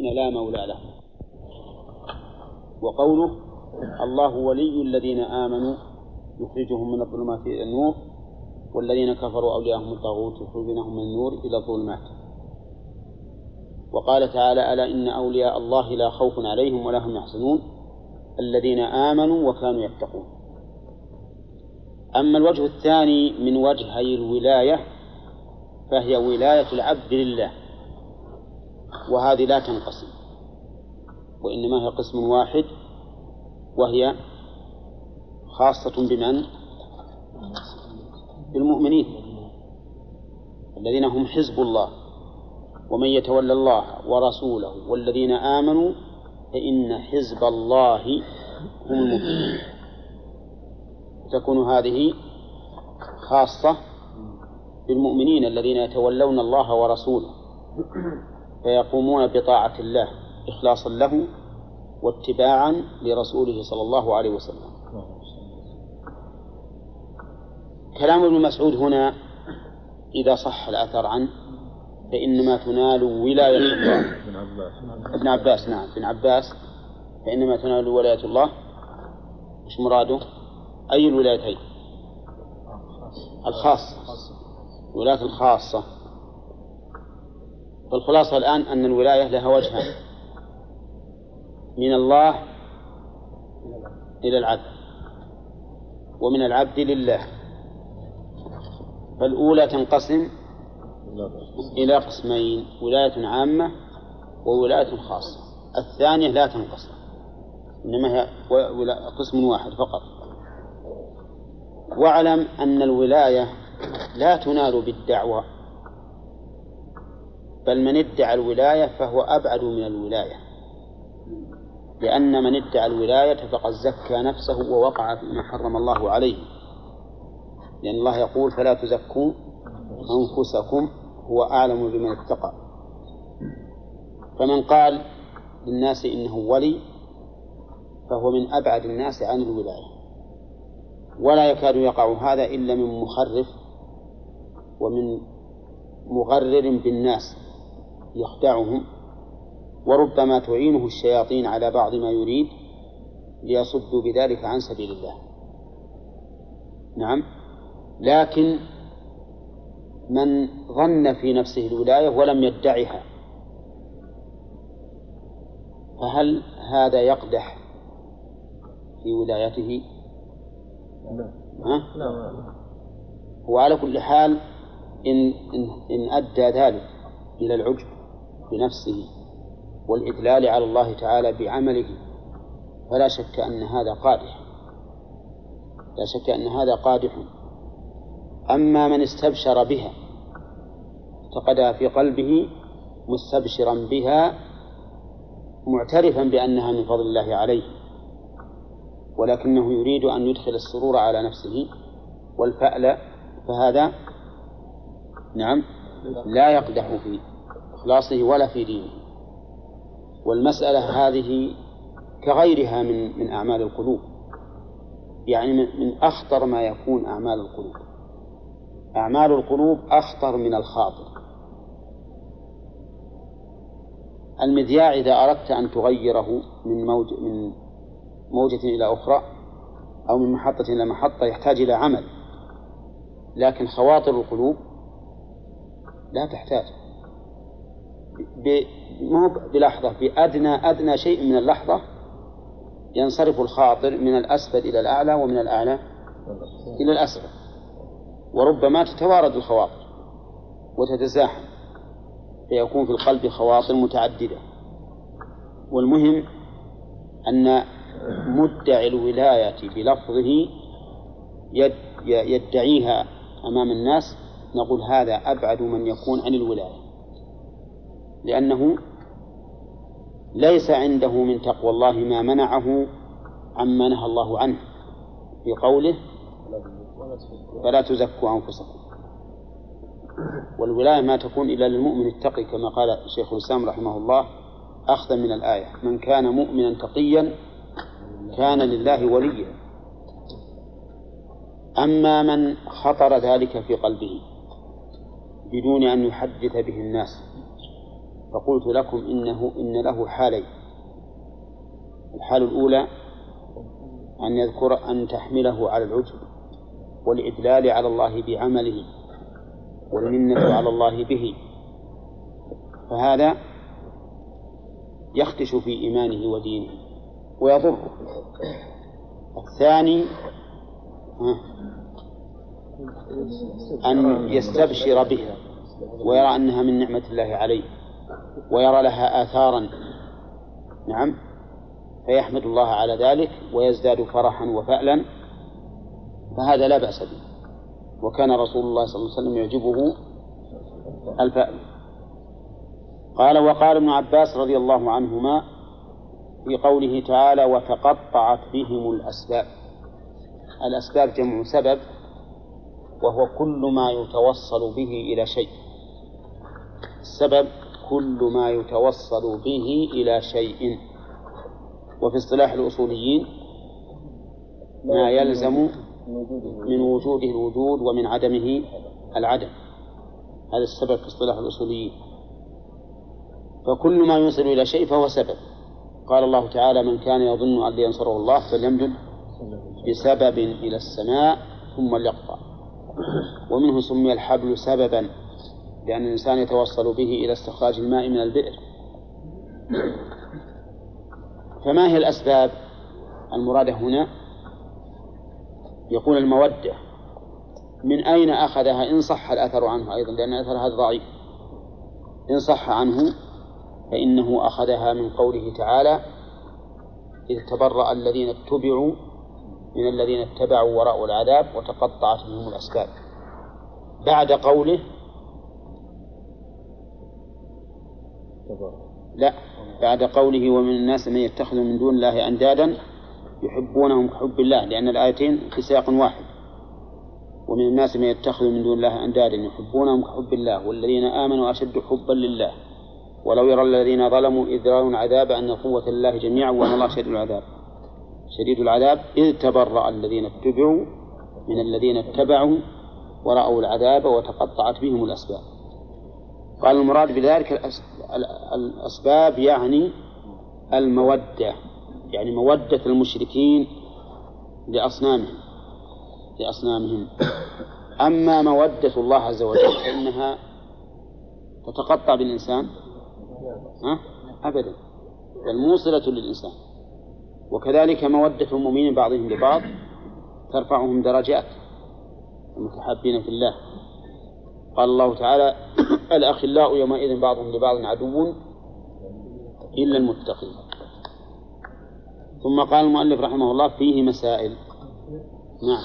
لا مولى لهم. وقوله الله ولي الذين آمنوا يخرجهم من الظلمات إلى النور والذين كفروا أولياءهم الطاغوت يخرجونهم من النور إلى الظلمات. وقال تعالى ألا إن أولياء الله لا خوف عليهم ولا هم يحزنون الذين آمنوا وكانوا يتقون. أما الوجه الثاني من وجهي الولاية فهي ولاية العبد لله، وهذه لا تنقسم وإنما هي قسم واحد، وهي خاصة بمن؟ بالمؤمنين الذين هم حزب الله، ومن يتولى الله ورسوله والذين آمنوا فإن حزب الله هم المفلحون. تكون هذه خاصة بالمؤمنين الذين يتولون الله ورسوله فيقومون بطاعة الله إخلاصا له واتباعا لرسوله صلى الله عليه وسلم. كلام ابن مسعود هنا إذا صح الأثر عنه فإنما تنال ولاية الله. ابن عباس نعم، ابن عباس فإنما تنال ولاية الله. مش مراده؟ أي الولايتين؟ الخاصة، الولاية الخاصة. فالخلاصة الآن أن الولاية لها وجهان: من الله إلى العبد، ومن العبد لله. فالأولى تنقسم إلى قسمين: ولاية عامة وولاية خاصة. الثانية لا تنقسم، إنما هي قسم واحد فقط. واعلم أن الولاية لا تنال بالدعوة، بل من ادعى الولاية فهو أبعد من الولاية، لأن من ادعى الولاية فقد زكى نفسه ووقع فيما حرم الله عليه، لأن الله يقول فلا تزكوا أنفسكم هو أعلم بمن اتقى. فمن قال للناس إنه ولي فهو من أبعد الناس عن الولاية، ولا يكاد يقع هذا إلا من مخرف ومن مغرر بالناس يخدعهم، وربما تعينه الشياطين على بعض ما يريد ليصدوا بذلك عن سبيل الله. نعم، لكن من ظن في نفسه الولاية ولم يدعها فهل هذا يقدح في ولايته؟ لا. هو على كل حال إن أدى ذلك إلى العجب بنفسه والإدلال على الله تعالى بعمله فلا شك أن هذا قادح، لا شك أن هذا قادح. أما من استبشر بها اعتقدها في قلبه مستبشرا بها معترفا بأنها من فضل الله عليه، ولكنه يريد أن يدخل السرور على نفسه والفأل، فهذا نعم لا يقدح في إخلاصه ولا في دينه. والمسألة هذه كغيرها من أعمال القلوب، يعني من أخطر ما يكون أعمال القلوب. أعمال القلوب أخطر من الخاطر. المذياع إذا أردت أن تغيره من موجة إلى أخرى أو من محطة إلى محطة يحتاج إلى عمل، لكن خواطر القلوب لا تحتاج. بلحظة، بأدنى شيء من اللحظة ينصرف الخاطر من الأسفل إلى الأعلى ومن الأعلى إلى الأسفل، وربما تتوارد الخواطر وتتزاحم فيكون في القلب خواطر متعددة. والمهم أن مدعي الولاية بلفظه يدعيها أمام الناس نقول هذا أبعد من يكون عن الولاية، لأنه ليس عنده من تقوى الله ما منعه عما نهى الله عنه في قوله فلا تزكوا أنفسكم. والولاية ما تكون إلا للمؤمن التقي كما قال شيخ الإسلام رحمه الله أخذا من الآية: من كان مؤمنا تقيا كان لله وليا. أما من خطر ذلك في قلبه بدون أن يحدث به الناس فقلت لكم إن له حالين. الحال الأولى أن يذكر أن تحمله على العجب والإدلال على الله بعمله والمنة على الله به، فهذا يخدش في إيمانه ودينه ويضره. الثاني أن يستبشر بها ويرى أنها من نعمة الله عليه ويرى لها آثارا، نعم، فيحمد الله على ذلك ويزداد فرحا وفألا، فهذا لا بأس به. وكان رسول الله صلى الله عليه وسلم يعجبه الفأل. وقال ابن عباس رضي الله عنهما في قوله تعالى وتقطعت بهم الأسباب. الأسباب جمع سبب، وهو كل ما يتوصل به إلى شيء. السبب كل ما يتوصل به إلى شيء، وفي اصطلاح الأصوليين ما يلزم من وجوده الوجود ومن عدمه العدم. هذا السبب في اصطلاح الأصوليين. فكل ما يوصل إلى شيء فهو سبب. قال الله تعالى من كان يظن أن لينصره الله فليمدد بسبب إلى السماء ثم ليقطع. ومنه سمي الحبل سببا لأن الإنسان يتوصل به إلى استخراج الماء من البئر. فما هي الأسباب المرادة هنا؟ يقول المودة من أين أخذها إن صح الأثر عنه أيضا، لأن الأثر هذا ضعيف. إن صح عنه فإنه أخذها من قوله تعالى إذ تبرأ الذين اتبعوا من الذين اتبعوا ورأوا العذاب وتقطعت بهم الأسباب، بعد قوله لا، بعد قوله ومن الناس من يتخذ من دون الله أندادا يحبونهم كحب الله، لأن الآيتين في سياق واحد. ومن الناس من يتخذ من دون الله أندادا يحبونهم كحب الله والذين آمنوا أشد حبا لله ولو يرى الذين ظلموا إذ يرون العذاب أن القوة لله جميعا وأن الله شديد العذاب إذ تبرأ الذين اتبعوا من الذين اتبعوا ورأوا العذاب وتقطعت بهم الأسباب. قال المراد بذلك الأسباب يعني المودة، يعني مودة المشركين لأصنامهم. أما مودة الله عز وجل فإنها تتقطع بالإنسان أبدا، الموصلة للإنسان. وكذلك مودة المؤمنين بعضهم لبعض ترفعهم درجات المتحابين في الله. قال الله تعالى الأخلاء يومئذ بعضهم لبعض عدو إلا المتقين. ثم قال المؤلف رحمه الله فيه مسائل. نعم.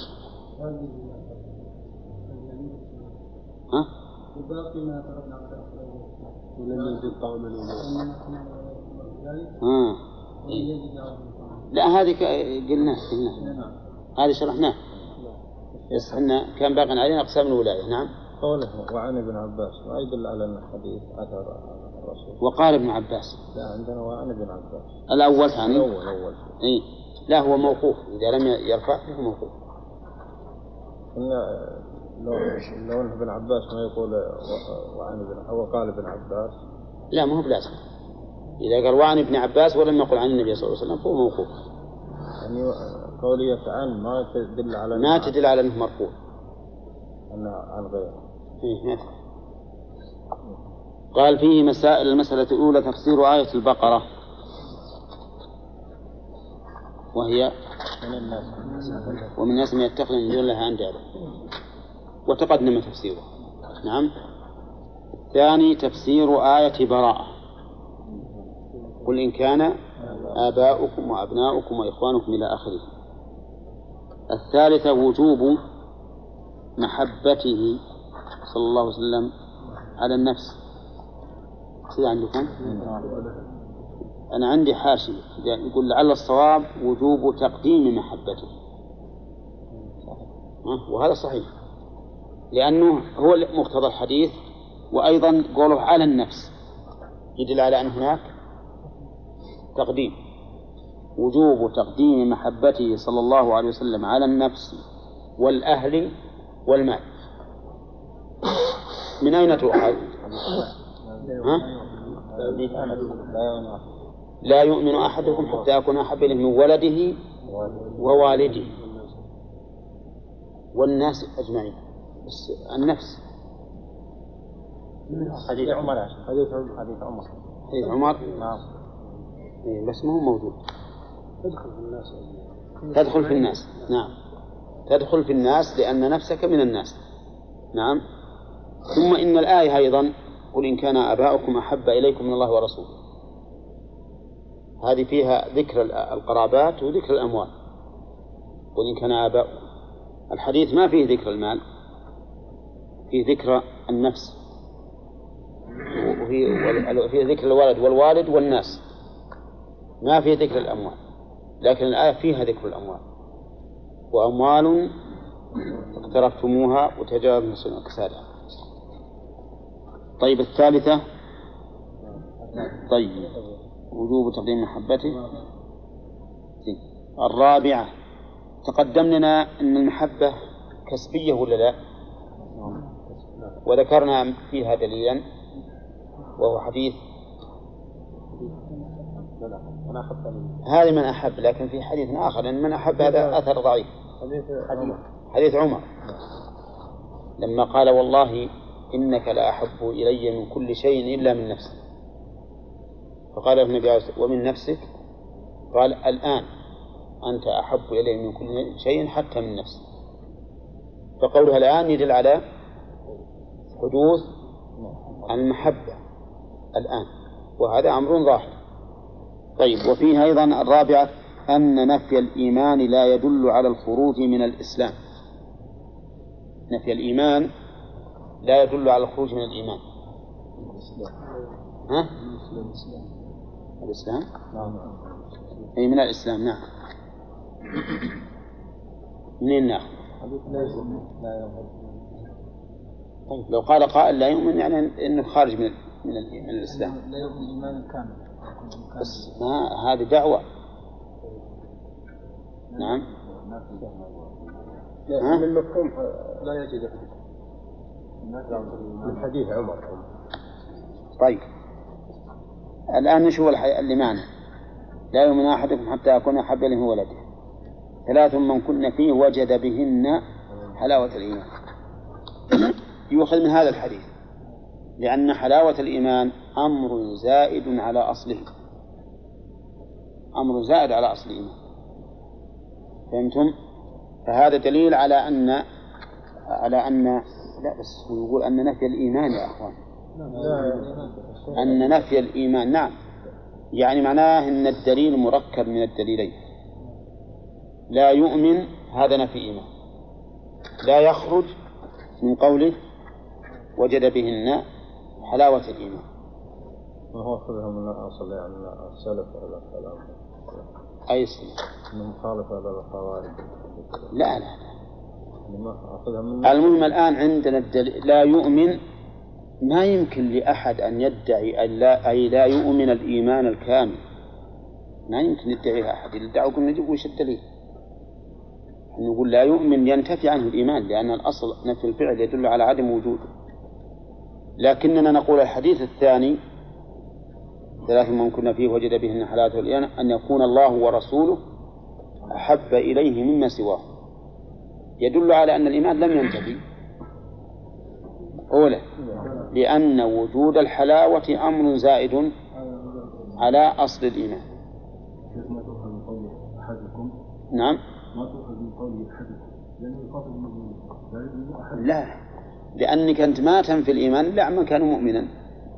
لا هذه قلنا هذه شرحناه، بس احنا كان باقي علينا أقسام الولاية. نعم. قوله وعن ابن عباس ما يدل على أن الحديث أثر الرسول. وقال ابن عباس. لا عندنا وعن ابن عباس الأول ثاني. الأول. إيه لا هو موقوف، إذا لم يرفع فهو موقوف. لو أن ابن عباس ما يقول وعن ابن أو قال ابن عباس لا ما هو بلازم. إذا قال وعن ابن عباس ولم يقل عن النبي صلى الله عليه وسلم فهو موقوف. يعني قولية عن ما تدل على أنه مرفوع، أنه عن غيره. إيه قال فيه مسائل. المسألة الأولى تفسير آية البقرة، وهي ومن الناس من يتخذ من دون الله أندادا، وتقدم تفسيره. نعم. الثاني تفسير آية براءة قل إن كان آباؤكم وأبناؤكم وإخوانكم إلى آخره. الثالثة وجوب محبته صلى الله عليه وسلم على النفس. كذا عندكم؟ أنا عندي حاشية يقول لعل الصواب وجوب تقديم محبته، وهذا صحيح لأنه هو مقتضى الحديث، وأيضا قوله على النفس يدل على أن هناك تقديم. وجوب تقديم محبته صلى الله عليه وسلم على النفس والأهل والمال. من أين تؤخذ؟ لا يؤمن أحدكم حتى أكون أحب إليه من ولده ووالده والناس أجمعين. بس النفس حديث عمر. حديث عمر نعم. بس ما هو موجود. تدخل في الناس. نعم تدخل في الناس لأن نفسك من الناس. نعم. ثم إن الآية أيضا قل إن كان آباؤكم أحب إليكم من الله ورسوله، هذه فيها ذكر القرابات وذكر الأموال. قل إن كان آباؤكم، الحديث ما فيه ذكر المال، فيه ذكر النفس، وفيه ذكر الولد والوالد والناس، ما فيه ذكر الأموال. لكن الآية فيها ذكر الأموال، وأموال اقترفتموها وتجاوزتم سنة كسادها. طيب الثالثة، طيب وجوب تقديم محبته. الرابعة، تقدم لنا أن المحبة كسبية ولا لا؟ وذكرنا فيها دليلا وهو حديث هذا من أحب، لكن في حديث آخر أن من أحب هذا أثر ضعيف. حديث عمر لما قال والله إنك لا أحب إلي من كل شيء إلا من نفسي، فقال النبي ومن نفسك؟ قال الآن أنت أحب إلي من كل شيء حتى من نفسي. فقولها الآن يدل على حدوث المحبة الآن، وهذا أمر ظاهر. طيب وفيها أيضا الرابعة أن نفي الإيمان لا يدل على الخروج من الإسلام. نفي الإيمان لا يدل على الخروج من الإيمان. ها؟ الإسلام؟ أي من الإسلام. نعم. منين ناخذ؟ طيب لو قال قائل لا يؤمن يعني إنه خارج من الإسلام. لا يؤمن الإيمان الكامل. بس ما هذه دعوة. نعم. من المفهوم لا يجد من حديث عمر. طيب الآن نشوف اللي معنا. لا يؤمن أحدكم حتى أكون أحب إليه من ولده. 3 من كن فيه وجد بهن حلاوة الإيمان. يؤخذ من هذا الحديث لأن حلاوة الإيمان أمر زائد على أصله، أمر زائد على أصل الإيمان. فهمتم؟ فهذا دليل على أن لا بس يقول أن نفي الإيمان يا أخوان، أن نفي الإيمان نعم، يعني معناه أن الدليل مركب من الدليلين. لا يؤمن هذا نفي إيمان، لا يخرج من قوله وجد بهن حلاوة الإيمان. وهو أخذها من الأصل يعني السلف على الكلام أي السلف من مخالفة للخوارج. لا المهم الآن عندنا لا يؤمن، ما يمكن لأحد أن يدعي أي لا يؤمن الإيمان الكامل، ما يمكن يدعيها أحد. يدعو كنا نجيب وش الدليل؟ نقول لا يؤمن ينتفي عنه الإيمان، لأن الأصل نفي الفعل يدل على عدم وجوده. لكننا نقول الحديث الثاني 3 من كنا فيه وجد بهن حلاوة الإيمان أن يكون الله ورسوله أحب إليه مما سواه، يدل على أن الإيمان لم ينتفي. أولا لأن وجود الحلاوة أمر زائد على أصل الإيمان. نعم. لا، لأنك أنت ما تنفي الإيمان لا من كان مؤمنا.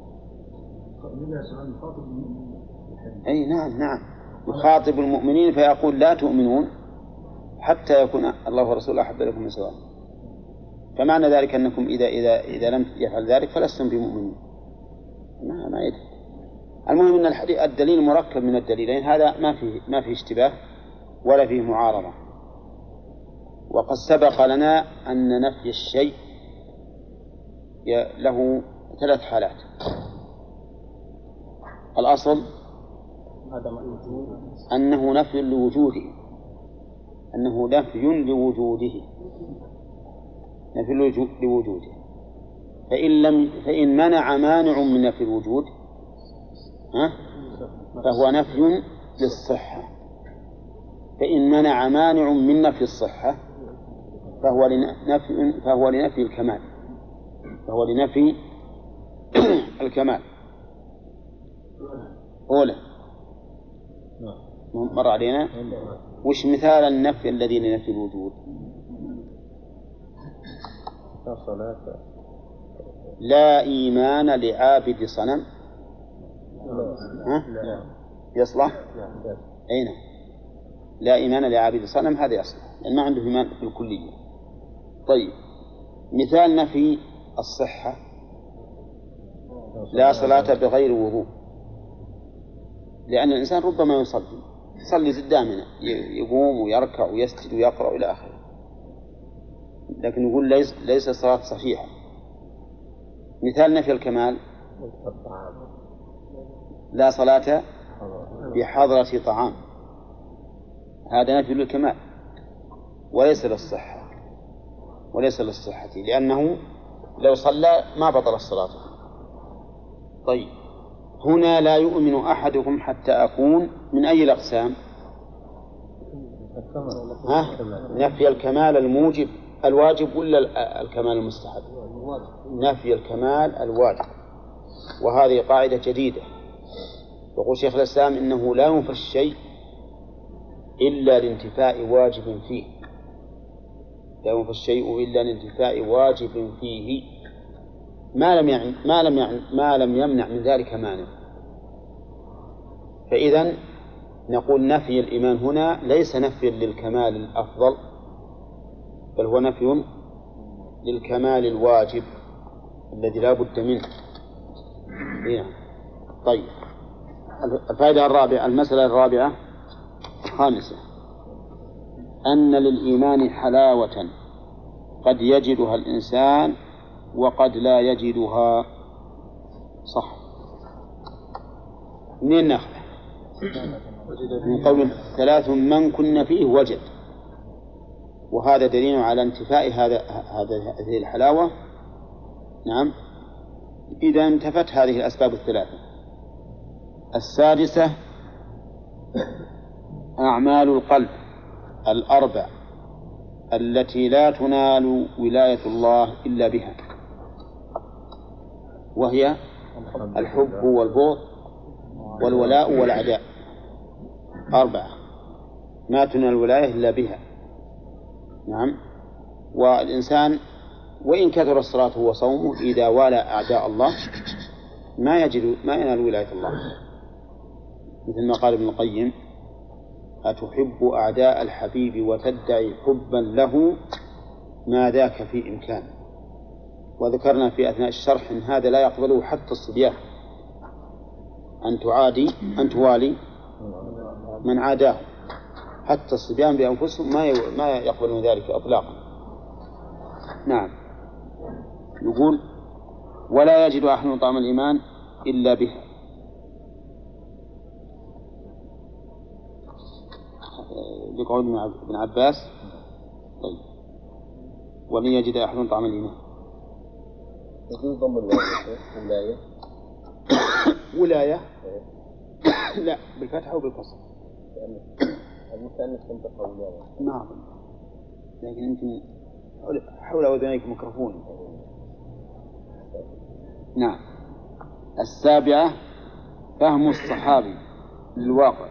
أي نعم يخاطب المؤمنين فيقول لا تؤمنون حتى يكون الله ورسوله أحب لكم من سواء. فمعنى ذلك أنكم إذا لم يفعل ذلك فلستم بمؤمنين. ما يدري. المهم أن الدليل مركب من الدليلين، هذا ما فيه اشتباه ولا فيه معارضة. وقد سبق لنا أن نفي الشيء له 3 حالات. الأصل أنه نفي لوجوده، أنه نفي لوجوده، نفي لوجوده. فإن منع مانع من نفي الوجود فهو نفي للصحة. فإن منع مانع من نفي الصحة فهو لنفي الكمال، فهو لنفي الكمال. أولى مر علينا. وش مثال النفي الذي لنفي الوجود؟ لا إيمان لعابد صنم. يصلح؟ أين؟ لا إيمان لعابد صنم، هذا يصلح لأن ما عنده إيمان بالكلية. طيب، مثال نفي الصحة: لا صلاة بغير وضوء، لأن الإنسان ربما يصلي قدامنا، يقوم ويركع ويسجد ويقرأ إلى آخره، لكن يقول ليس الصلاة صحيحة. مثال نفي الكمال: لا صلاة بحضرة طعام، هذا نفي للكمال وليس للصحة، لأنه لو صلى ما بطل الصلاة. طيب، هنا لا يؤمن أحدكم حتى أكون من أي الأقسام؟ نفي الكمال الموجب الواجب ولا الكمال المستحب؟ نفي الكمال الواجب. وهذه قاعدة جديدة. يقول شيخ الإسلام إنه لا ينفى الشيء إلا لانتفاء واجب فيه، لا ينفى الشيء إلا لانتفاء واجب فيه ما لم يمنع من ذلك مانع. فإذن نقول نفي الإيمان هنا ليس نفي للكمال الأفضل، بل هو نفي للكمال الواجب الذي لا بد منه. طيب، الفائدة الرابعة، المسألة الرابعة الخامسة: أن للإيمان حلاوة قد يجدها الإنسان وقد لا يجدها. صح. منين نأخذ؟ من قول 3 من كن فيه وجد، وهذا دليل على انتفاء هذه الحلاوة. نعم، إذا انتفت هذه الأسباب الثلاثة. السادسة: أعمال القلب الأربع التي لا تنال ولاية الله إلا بها، وهي الحب والبغض والولاء والعداء، 4 ما تنال الولاية إلا بها. نعم. والإنسان وإن كثر الصلاة وصومه إذا والى أعداء الله ما ينال ولاية الله، مثل ما قال ابن القيم: أتحب أعداء الحبيب وتدعي حبا له ما ذاك في إمكان. وذكرنا في أثناء الشرح أن هذا لا يقبله حتى الصبيان، أن توالي من عاداه، حتى الصبيان بأنفسهم ما يقبلون ذلك إطلاقا. نعم. يقول: ولا يجد أحد طعم الإيمان إلا به. لقول ابن عباس. طيب، ولن يجد أحد طعم الإيمان. يجوز ضم الولاية. ولاية لا، بالفتح أو بالكسر. المثنى تنطق ولاية. نعم، لكن يمكن حول أذنيك ميكروفون. نعم. السابعة: فهم الصحابي للواقع.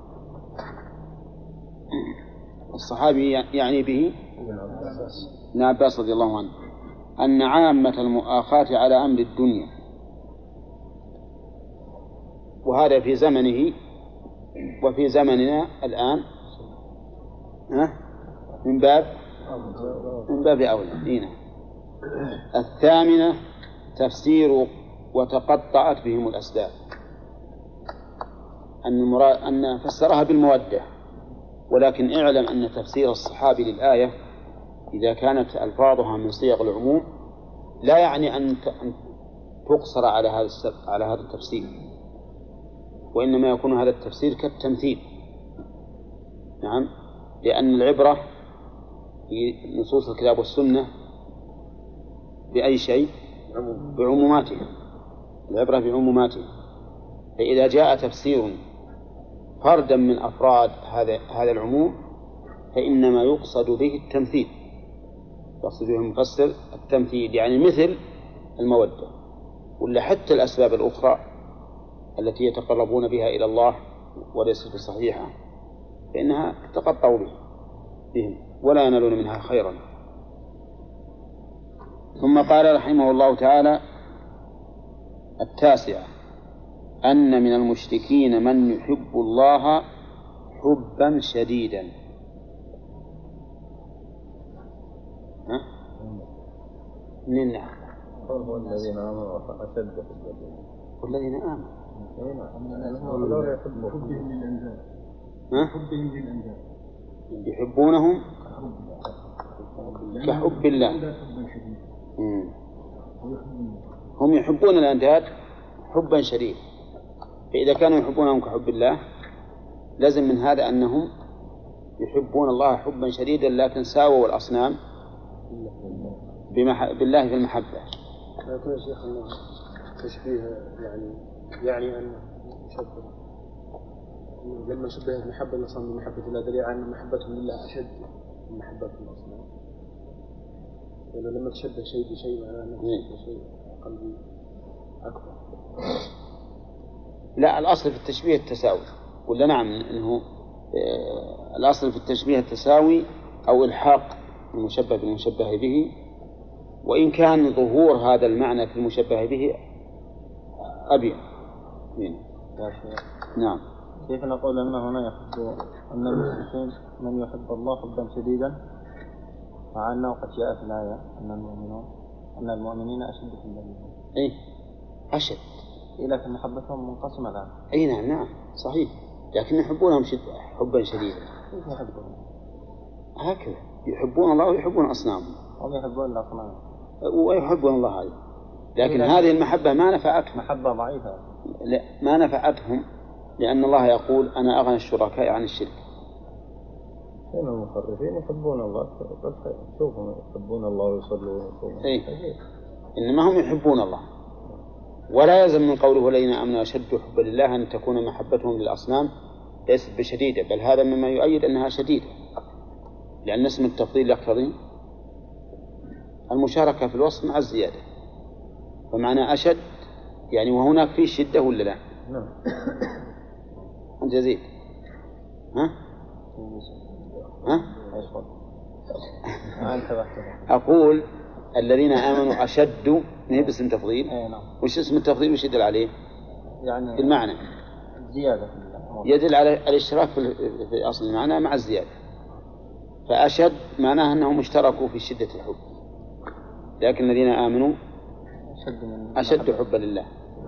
الصحابي يعني به ابن عباس رضي الله عنه أن عامة المؤاخاة على أمر الدنيا، وهذا في زمنه وفي زمننا الآن من باب أولى. الثامنة: تفسير وتقطعت بهم الأسباب، أن فسرها بالمودة، ولكن اعلم أن تفسير الصحابي للآية إذا كانت ألفاظها من صيغ العموم لا يعني أن تقصر على هذا التفسير، وإنما يكون هذا التفسير كالتمثيل. نعم، لأن العبرة في نصوص الكتاب والسنة بأي شيء؟ بعموماتها. العبرة بعموماتها. فإذا جاء تفسير فردا من أفراد هذا العموم فإنما يقصد به التمثيل، يقصد به المفسر التمثيل، يعني مثل المودة، ولا حتى الأسباب الأخرى التي يتقربون بها إلى الله وليست صحيحة فإنها تقطع بهم ولا ينالون منها خيرا. ثم قال رحمه الله تعالى: 9 أن من المشركين من يحب الله حبا شديدا. منين؟ والذين آمنوا أشد حبا. والذين آمنوا يحبونهم كحب الله. هم يحبون الأنداد حبا شديدا، فإذا كانوا يحبونهم كحب الله لازم من هذا أنهم يحبون الله حبا شديدا، لكن ساووا الأصنام بالله في المحبة. لا يكون يا شيخ أنه تشبيه يعني أن يشبه لما شبه المحبة الأصنام بمحبة الله دليل على أن محبتهم لله أشد من محبتهم الأصنام، يعني لما تشبه شيء بشيء معناه أنه تشبه شيء قلبي أكبر. لا، الأصل في التشبيه التساوي، ولا نعم أنه الأصل في التشبيه التساوي أو إلحاق المشبه بالمشبه به، وإن كان ظهور هذا المعنى في المشبه به أبين. نعم. كيف نقول أن هنا يحب أن المشركين من يحب الله حبا شديدا، مع أنه قد جاء في الآية أن المؤمنين أشد حبا لله. إيه أشد، لكن محبتهم منقسمة الآن. أي نعم صحيح، لكن يحبونهم حبا شديدا. كيف يحبون؟ هكذا يحبون الله ويحبون أصنامهم. هم يحبون الأصنام ويحبون الله أيضا، لكن هذه المحبة ما نفعتهم. محبة ضعيفة. لا، ما نفعتهم، لأن الله يقول: أنا أغنى الشركاء عن الشرك. كان المخرفين يحبون الله، شوفهم يحبون الله ويصلون ويصومون. إيه؟ إنما هم يحبون الله، ولا يلزم من قوله: الذين آمنوا أشد حبا لله أن تكون محبتهم للأصنام ليست بشديدة، بل هذا مما يؤيد أنها شديدة، لأن اسم التفضيل يقتضي المشاركة في الوصف مع الزيادة، فمعنى أشد يعني وهناك فيه شدة ولا لا؟ نعم. أنت زيد. أقول الذين آمنوا أشد من باسم تفضيل. نعم. وش اسم التفضيل وش يدل عليه؟ يعني في المعنى زيادة، يدل على الاشتراك في أصل المعنى مع الزيادة. فأشد معناه أنهم اشتركوا في شدة الحب، لكن الذين آمنوا أشد حبا لله.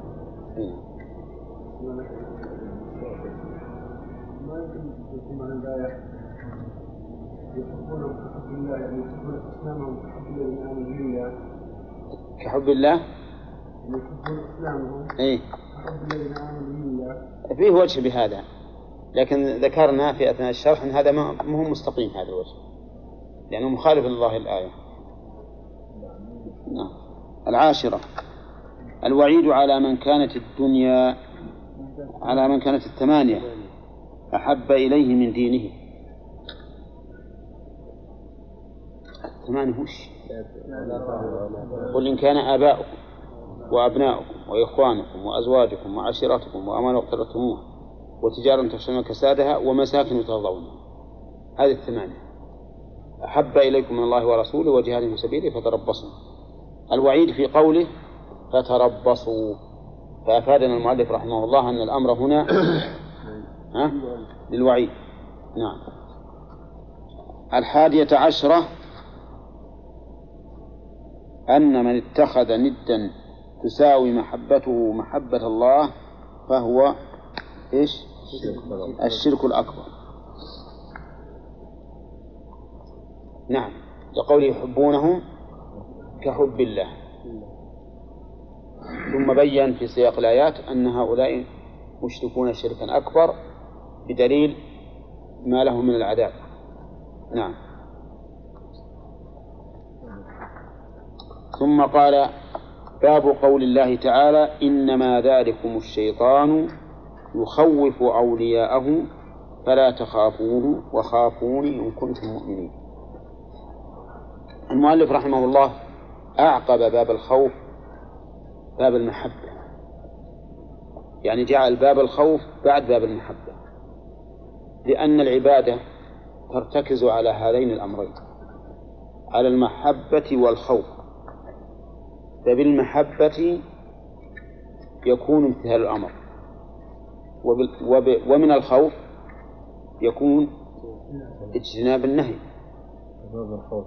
كحب الله. إيه؟ فيه وجه بهذا، لكن ذكرنا في أثناء الشرح أن هذا ما هو مستقيم هذا الوجه، لأنه مخالف لله الآية. نعم. 10 الوعيد على من كانت الدنيا، على من كانت 8 أحب إليه من دينه. 8 وش؟ قل إن كان آباؤكم وأبناؤكم وإخوانكم وأزواجكم وعشيرتكم وأموال اقترفتموها وتجارة تخشون كسادها ومساكن ترضونها، هذه 8 أحب إليكم من الله ورسوله وجهاد في سبيله فتربصوا. الوعيد في قوله فتربصوا، فأفادنا المؤلف رحمه الله أن الأمر هنا للوعيد. نعم. 11 أن من اتخذ ندا تساوي محبته محبة الله فهو إيش؟ الشرك الأكبر. نعم، لقوله يحبونهم كحب الله. ثم بيّن في سياق الآيات أن هؤلاء مشركون شركا أكبر بدليل ما لهم من العذاب. نعم. ثم قال باب قول الله تعالى إنما ذلكم الشيطان يخوف أولياءه فلا تخافوه وخافوني إن كنتم مؤمنين. المؤلف رحمه الله أعقب باب الخوف باب المحبة، يعني جعل باب الخوف بعد باب المحبة، لأن العبادة ترتكز على هذين الأمرين، على المحبة والخوف. فبالمحبة يكون امتثال الأمر، ومن الخوف يكون اجتناب النهي. باب الخوف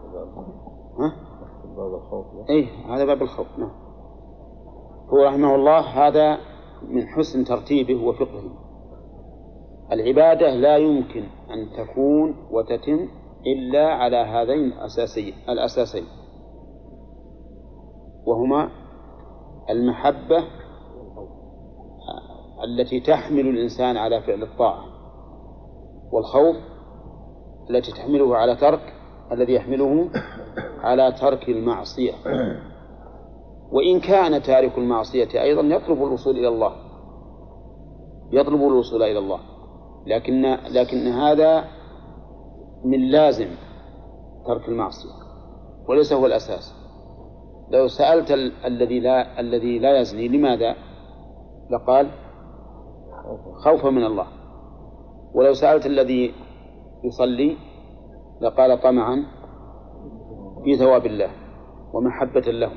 باب الخوف إيه هذا باب الخوف. نعم. هو رحمه الله هذا من حسن ترتيبه وفقهه. العبادة لا يمكن أن تكون وتتم إلا على هذين الأساسين، وهما المحبة التي تحمل الإنسان على فعل الطاعة، والخوف التي تحمله على ترك الذي يحمله على ترك المعصية. وإن كان تارك المعصية أيضا يطلب الوصول إلى الله، لكن هذا من لازم ترك المعصية وليس هو الأساس. لو سألت الذي لا يزني لماذا؟ لقال خوفا من الله. ولو سألت الذي يصلي لقال طمعا في ثواب الله ومحبة له،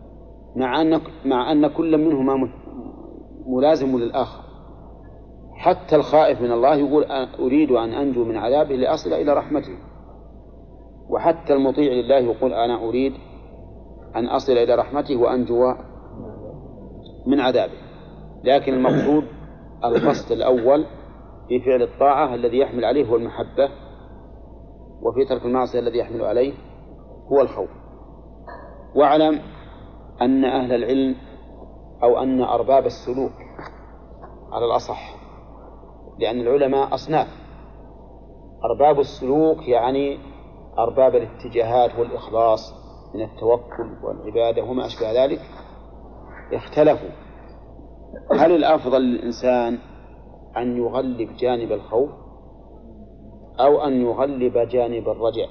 مع أن كل منهما ملازم للآخر. حتى الخائف من الله يقول أريد أن أنجو من عذابه لأصل إلى رحمته، وحتى المطيع لله يقول أنا أريد أن أصل إلى رحمته وأنجو من عذابه. لكن المقصود القصد الأول في فعل الطاعة الذي يحمل عليه هو المحبة، وفي ترك المعصية الذي يحمل عليه هو الخوف. واعلم أن أهل العلم أو أن أرباب السلوك على الأصح، لأن العلماء أصناف، أرباب السلوك يعني أرباب الاتجاهات والإخلاص من التوكل والعبادة وما أشبه ذلك، اختلفوا هل الأفضل للإنسان أن يغلب جانب الخوف أو أن يغلب جانب الرجاء.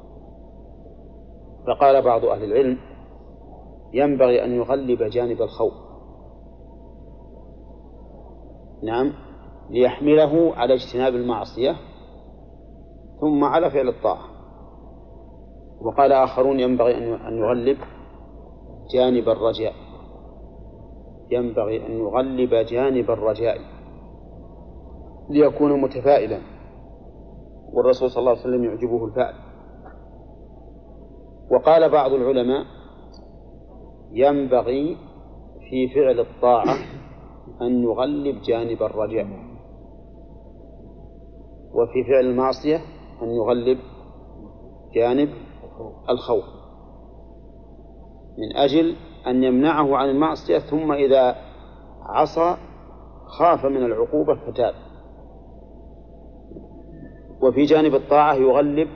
فقال بعض أهل العلم ينبغي أن يغلب جانب الخوف، نعم، ليحمله على اجتناب المعصية ثم على فعل الطاعة. وقال آخرون ينبغي أن يغلب جانب الرجاء، ينبغي أن يغلب جانب الرجاء ليكون متفائلا، والرسول صلى الله عليه وسلم يعجبه الفعل. وقال بعض العلماء ينبغي في فعل الطاعة أن يغلب جانب الرجاء، وفي فعل المعصية أن يغلب جانب الخوف، من أجل أن يمنعه عن المعصية، ثم إذا عصى خاف من العقوبة فتاب. وفي جانب الطاعة يغلب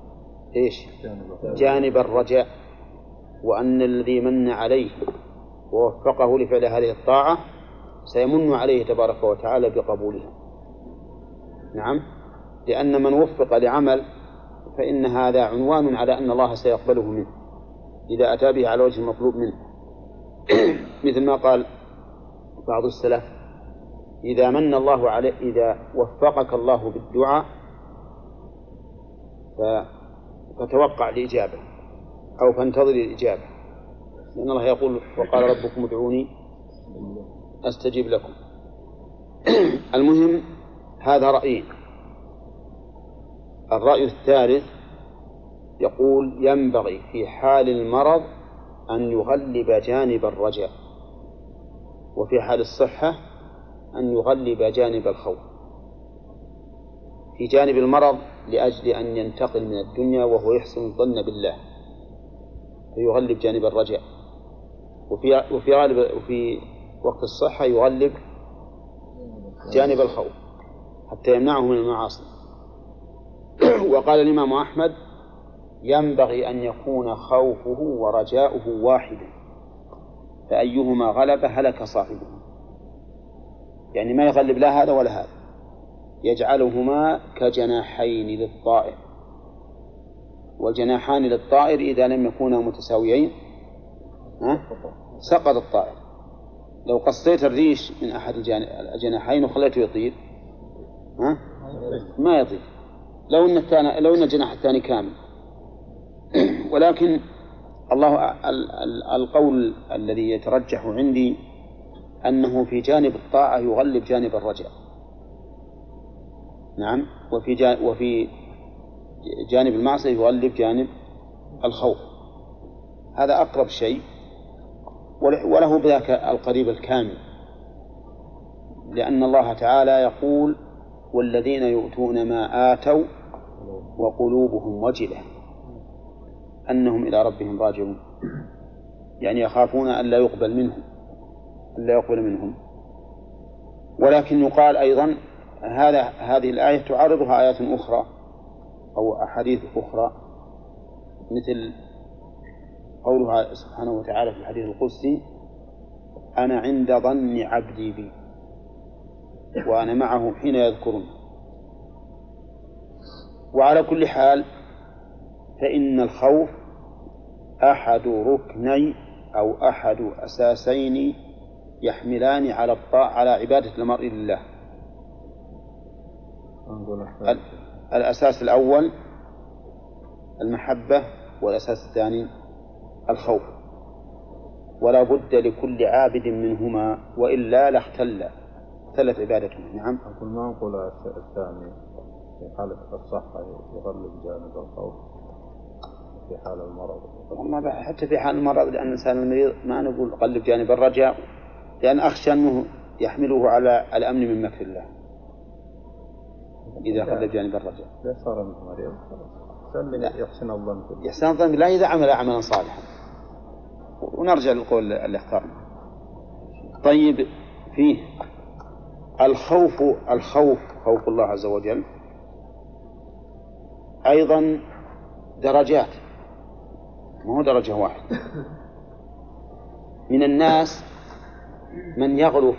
جانب الرجاء، وأن الذي من عليه ووفقه لفعل هذه الطاعة سيمن عليه تبارك وتعالى بقبولها. نعم، لأن من وفق لعمل فإن هذا عنوان على أن الله سيقبله منه إذا أتى به على وجه المطلوب منه. مثل ما قال بعض السلف إذا من الله عليه، إذا وفقك الله بالدعاء فتوقع الإجابة أو فانتظر الإجابة، لأن الله يقول وقال ربكم ادعوني أستجيب لكم. المهم هذا رأيين. الرأي الثالث يقول ينبغي في حال المرض أن يغلب جانب الرجاء، وفي حال الصحة أن يغلب جانب الخوف. في جانب المرض لأجل أن ينتقل من الدنيا وهو يحسن الظن بالله فيغلب جانب الرجاء، وفي وقت الصحة يغلب جانب الخوف حتى يمنعه من المعاصي. وقال الإمام أحمد ينبغي أن يكون خوفه ورجاؤه واحدا، فأيهما غلب هلك صاحبه، يعني ما يغلب لا هذا ولا هذا، يجعلهما كجناحين للطائر، والجناحان للطائر إذا لم يكونا متساويين سقط الطائر. لو قصيت الريش من أحد الجناحين وخليته يطير ما يطير لو أن الجناح الثاني كامل. ولكن القول الذي يترجح عندي أنه في جانب الطاعة يغلب جانب الرجاء. نعم. وفي جانب المعصية يغلب جانب الخوف. هذا أقرب شيء، وله بذاك القريب الكامل، لأن الله تعالى يقول والذين يؤتون ما آتوا وقلوبهم وجلة أنهم إلى ربهم راجعون، يعني يخافون أن لا يقبل منهم. ولكن يقال أيضا هذه الآية تعارضها آيات أخرى أو أحاديث أخرى، مثل قولها سبحانه وتعالى في الحديث القدسي أنا عند ظن عبدي بي وأنا معه حين يذكرني. وعلى كل حال فإن الخوف أحد ركني أو أحد أساسين يحملان على عبادة المرء لله. الأساس الأول المحبة، والأساس الثاني الخوف، ولا بد لكل عابد منهما وإلا اختلت عبادته. نعم. أقول ما نقول الثاني في حالة الصحة يغلب جانب الخوف في حال المرض. والله حتى في حال المرض، لأن الإنسان المريض ما نقول غلب جانب الرجاء، لأن أخشى أنه يحمله على الأمن من مكر الله إذا غلب جانب الرجاء. لا صار مريض يحسن الظن بالله إذا عمل عملا صالحا. ونرجع للقول اللي اختارنا. طيب، فيه خوف الله عز وجل أيضا درجات، ما هو درجة واحدة. من الناس من يغلو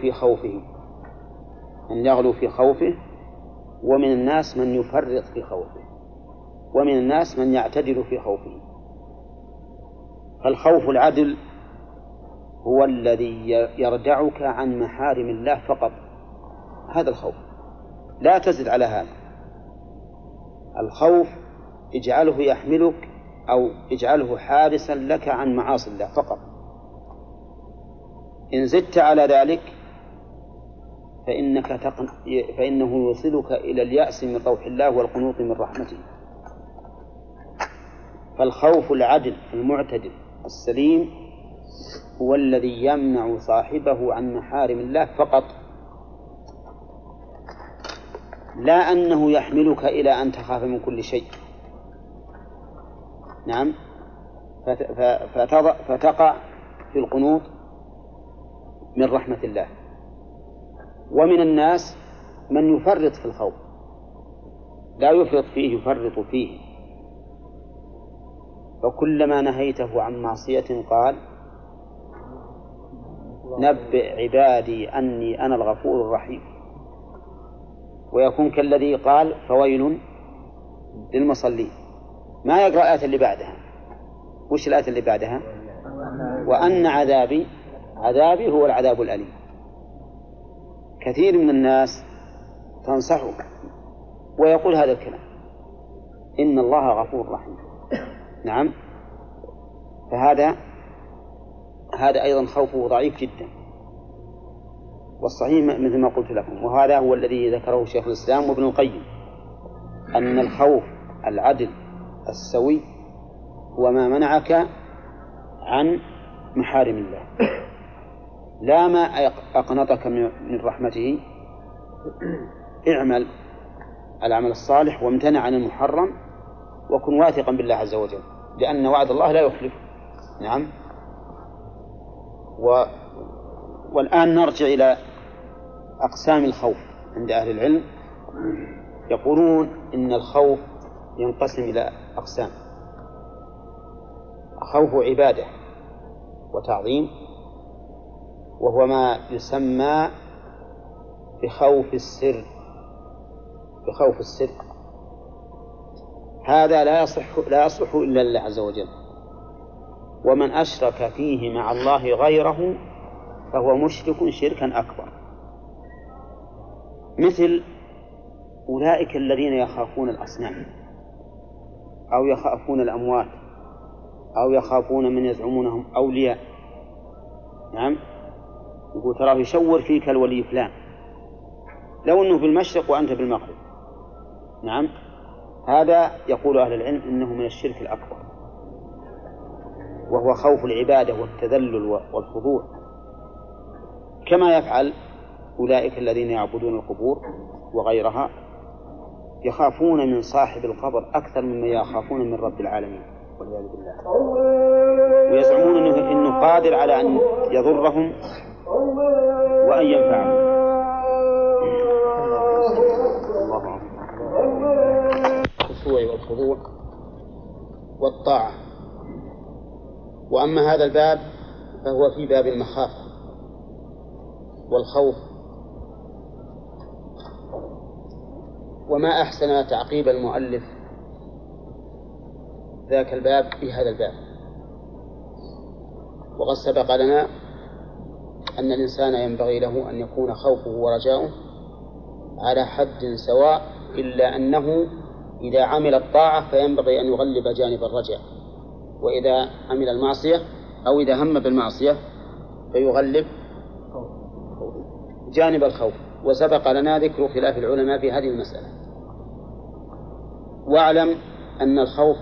في خوفه، ومن الناس من يفرط في خوفه، ومن الناس من يعتدل في خوفه. فالخوف العدل هو الذي يردعك عن محارم الله فقط، هذا الخوف، لا تزد على هذا. الخوف اجعله يحملك أو اجعله حارسا لك عن معاصي الله فقط. إن زدت على ذلك فإنه يوصلك إلى اليأس من روح الله والقنوط من رحمته. فالخوف العدل المعتدل السليم هو الذي يمنع صاحبه عن محارم الله فقط، لا أنه يحملك إلى أن تخاف من كل شيء. نعم. فتقع في القنوط من رحمة الله. ومن الناس من يفرط في الخوف، لا يفرط فيه، يفرط فيه. فكلما نهيته عن معصية قال نبئ عبادي أني أنا الغفور الرحيم. ويكون كالذي قال فويل للمصلين، ما يقرأ الآية اللي بعدها. وش الآية اللي بعدها؟ وأن عذابي هو العذاب الأليم. كثير من الناس تنصحه ويقول هذا الكلام، إن الله غفور رحيم. نعم. فهذا أيضا خوفه ضعيف جدا. والصحيح مثل ما قلت لكم، وهذا هو الذي ذكره شيخ الإسلام وابن القيم، أن الخوف العدل السوي هو ما منعك عن محارم الله، لا ما أقنطك من رحمته. اعمل العمل الصالح وامتنع عن المحرم، وكن واثقا بالله عز وجل، لأن وعد الله لا يخلف. نعم. والآن نرجع إلى أقسام الخوف عند أهل العلم. يقولون إن الخوف ينقسم إلى أقسام: خوف عبادة وتعظيم، وهو ما يسمى بخوف السر. بخوف السر هذا لا يصح إلا لله عز وجل، ومن أشرك فيه مع الله غيره فهو مشرك شركا أكبر، مثل أولئك الذين يخافون الأصنام أو يخافون الأموات أو يخافون من يزعمونهم أولياء. نعم، يقول تراه يشور فيك الولي فلان لو أنه في المشرق وأنت في المغرب. نعم، هذا يقول أهل العلم إنه من الشرك الأكبر، وهو خوف العبادة والتذلل والخضوع، كما يفعل أولئك الذين يعبدون القبور وغيرها، يخافون من صاحب القبر أكثر مما يخافون من رب العالمين والعياذ بالله، ويزعمون إنه قادر على أن يضرهم وأن ينفعهم. الخشوع والخضوع والطاعة. وأما هذا الباب فهو في باب المخافة والخوف. وما أحسن تعقيب المؤلف ذاك الباب في هذا الباب. وقد سبق لنا أن الإنسان ينبغي له أن يكون خوفه ورجاؤه على حد سواء، إلا أنه إذا عمل الطاعة فينبغي أن يغلب جانب الرجاء، وإذا عمل المعصية أو إذا هم بالمعصية فيغلب جانب الخوف. وسبق لنا ذكر خلاف العلماء في هذه المسألة. واعلم أن الخوف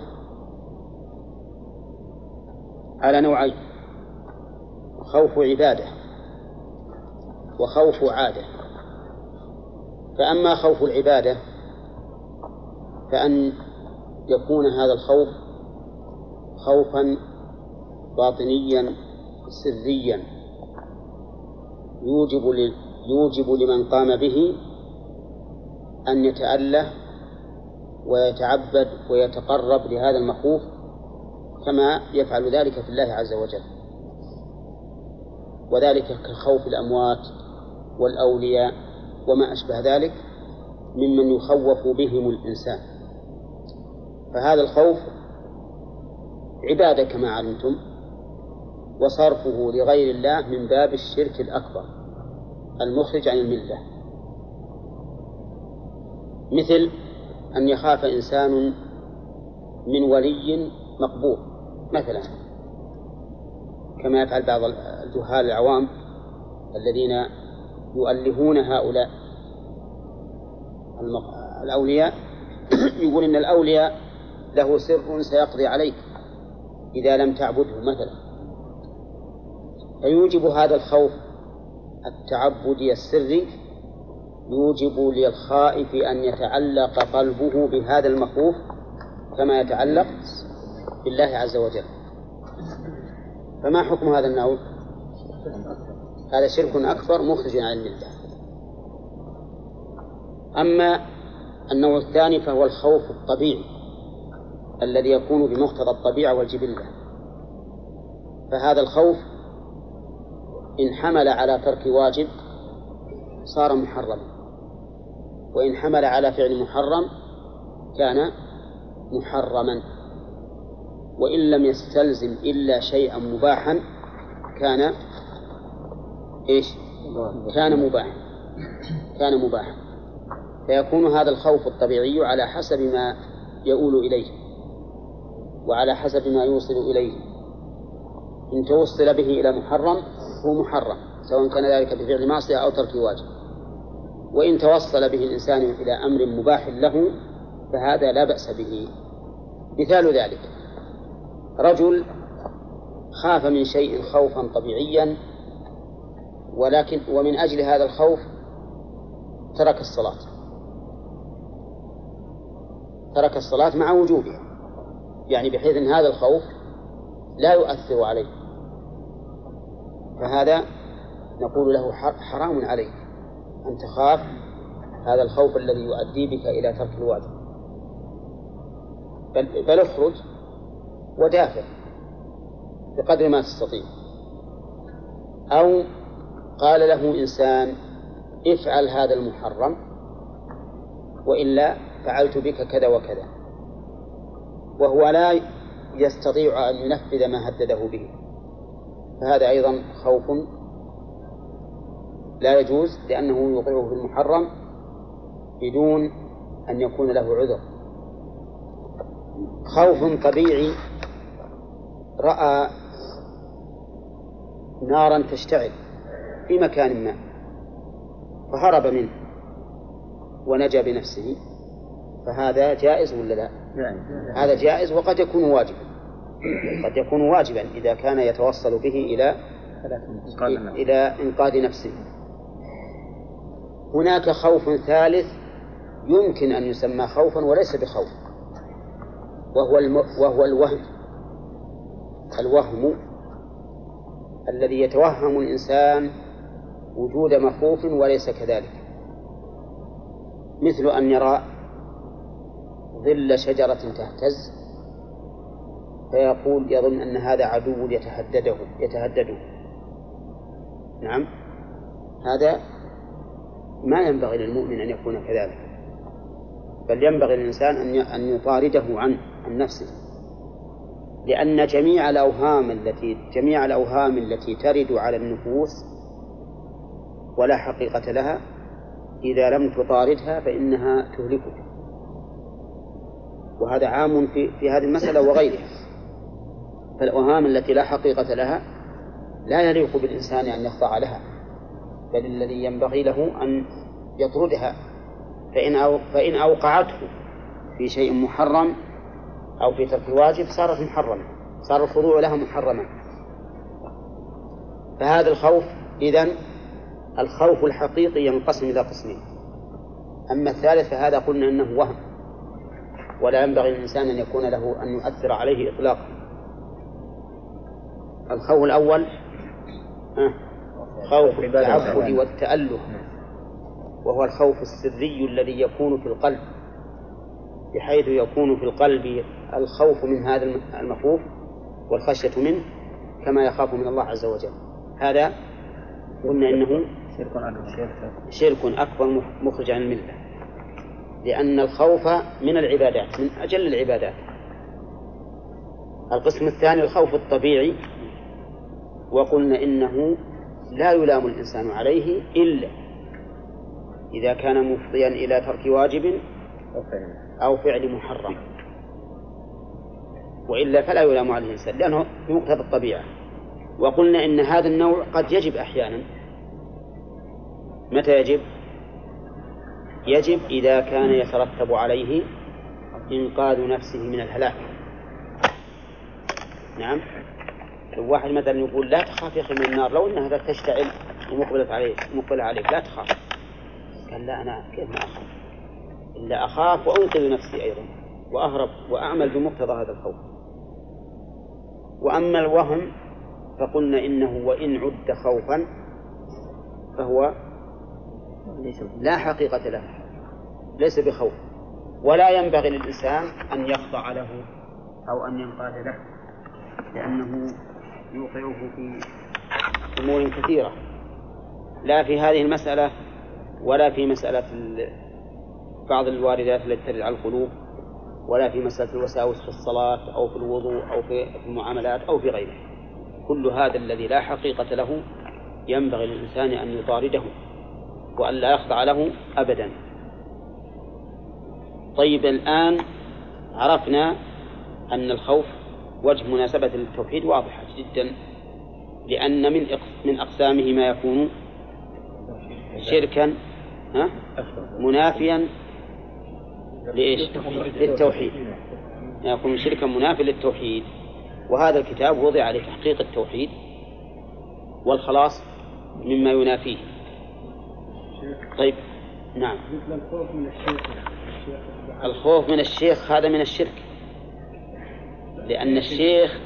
على نوعين: خوف عبادة وخوف عادة. فأما خوف العبادة فأن يكون هذا الخوف خوفا باطنيا سريا يوجب لمن قام به أن يتأله ويتعبد ويتقرب لهذا المخوف كما يفعل ذلك في الله عز وجل، وذلك كخوف الأموات والأولياء وما أشبه ذلك ممن يخوف بهم الإنسان. فهذا الخوف عبادة كما علمتم، وصرفه لغير الله من باب الشرك الأكبر المخرج عن الملة، مثل أن يخاف إنسان من ولي مقبور مثلا، كما يفعل بعض الجهال العوام الذين يؤلهون هؤلاء الأولياء، يقول إن الأولياء له سر سيقضي عليك إذا لم تعبده مثلا، فيوجب هذا الخوف التعبدي السري يوجب للخائف أن يتعلق قلبه بهذا المخوف كما يتعلق بالله عز وجل. فما حكم هذا النوع؟ هذا شرك أكبر مخرج عن الملة. أما النوع الثاني فهو الخوف الطبيعي الذي يكون بمقتضى الطبيعة والجبلة. فهذا الخوف إن حمل على ترك واجب صار محرما، وإن حمل على فعل محرم كان محرما، وإن لم يستلزم إلا شيئا مباحا كان مباحا. فيكون هذا الخوف الطبيعي على حسب ما يؤول إليه وعلى حسب ما يوصل إليه. إن توصل به إلى محرم هو محرم، سواء كان ذلك بفعل معصية أو ترك واجب. وإن توصل به الإنسان إلى أمر مباح له فهذا لا بأس به. مثال ذلك: رجل خاف من شيء خوفا طبيعيا، ولكن ومن أجل هذا الخوف ترك الصلاة مع وجوبها، يعني بحيث أن هذا الخوف لا يؤثر عليه، فهذا نقول له حرام عليك أن تخاف هذا الخوف الذي يؤدي بك إلى ترك الواجب، بل اخرج ودافع بقدر ما تستطيع. أو قال له إنسان افعل هذا المحرم وإلا فعلت بك كذا وكذا، وهو لا يستطيع أن ينفذ ما هدده به، فهذا أيضا خوف لا يجوز، لأنه يوقعه في المحرم بدون أن يكون له عذر. خوف طبيعي، رأى نارا تشتعل في مكان ما فهرب منه ونجا بنفسه، فهذا جائز ولا لا؟ هذا جائز، وقد يكون واجبا، قد يكون واجبا إذا كان يتوصل به إلى إنقاذ نفسه. هناك خوف ثالث يمكن أن يسمى خوفا وليس بخوف، وهو الوهم الذي يتوهم الإنسان وجود مخوف وليس كذلك، مثل أن يرى ظل شجرة تهتز فيقول يظن أن هذا عدو يتهدده. نعم، هذا ما ينبغي للمؤمن أن يكون كذلك، بل ينبغي للإنسان أن يطارده عن نفسه، لأن جميع الأوهام التي ترد على النفوس ولا حقيقة لها إذا لم تطاردها فإنها تهلكك، وهذا عام في هذه المسألة وغيرها. فالأوهام التي لا حقيقة لها لا يليق بالإنسان أن يخضع لها، بل الذي ينبغي له أن يطردها، فإن أوقعته في شيء محرم أو في ترك واجب صارت محرمة، صار الخضوع لها محرما. فهذا الخوف، إذن الخوف الحقيقي ينقسم إلى قسمين. أما الثالث فهذا قلنا أنه وهم، ولا ينبغي للإنسان أن يكون له أن يؤثر عليه إطلاقا. الخوف الأول خوف التعبد والتأله، وهو الخوف السري الذي يكون في القلب، بحيث يكون في القلب الخوف من هذا المخوف والخشية منه كما يخاف من الله عز وجل. هذا قلنا إنه شرك أكبر مخرج عن الملة، لأن الخوف من العبادات، من أجل العبادات. القسم الثاني الخوف الطبيعي، وقلنا إنه لا يلام الإنسان عليه إلا إذا كان مفضيا إلى ترك واجب أو فعل محرم، وإلا فلا يلام عليه الإنسان لأنه بمقتضى الطبيعة. وقلنا إن هذا النوع قد يجب أحيانا. متى يجب؟ يجب إذا كان يترتب عليه إنقاذ نفسه من الهلاك. نعم، لو واحد مثلا يقول لا تخاف يا أخي من النار، لو أنها تشتعل ومقبلة عليك لا تخاف، قال لا أنا كيف ما أخاف، إلا أخاف وأنقذ نفسي أيضا وأهرب وأعمل بمقتضى هذا الخوف. وأما الوهم فقلنا إنه وإن عد خوفا فهو لا حقيقة له، ليس بخوف، ولا ينبغي للإنسان أن يخضع له أو أن ينقاد له، لأنه يوقعه في أمور كثيرة، لا في هذه المسألة ولا في مسألة بعض الواردات التي ترد على القلوب، ولا في مسألة الوساوس في الصلاة أو في الوضوء أو في المعاملات أو في غيره. كل هذا الذي لا حقيقة له ينبغي للإنسان أن يطارده وأن لا يخضع له أبدا. طيب، الآن عرفنا أن الخوف وجه مناسبة للتوحيد واضحة جدا، لأن من أقسامه ما يكون شركا منافيا لإيش؟ للتوحيد، يكون شركا منافيا للتوحيد. وهذا الكتاب وضع لتحقيق التوحيد والخلاص مما ينافيه. طيب، نعم. الخوف من الشيخ هذا من الشرك، لأن الشيخ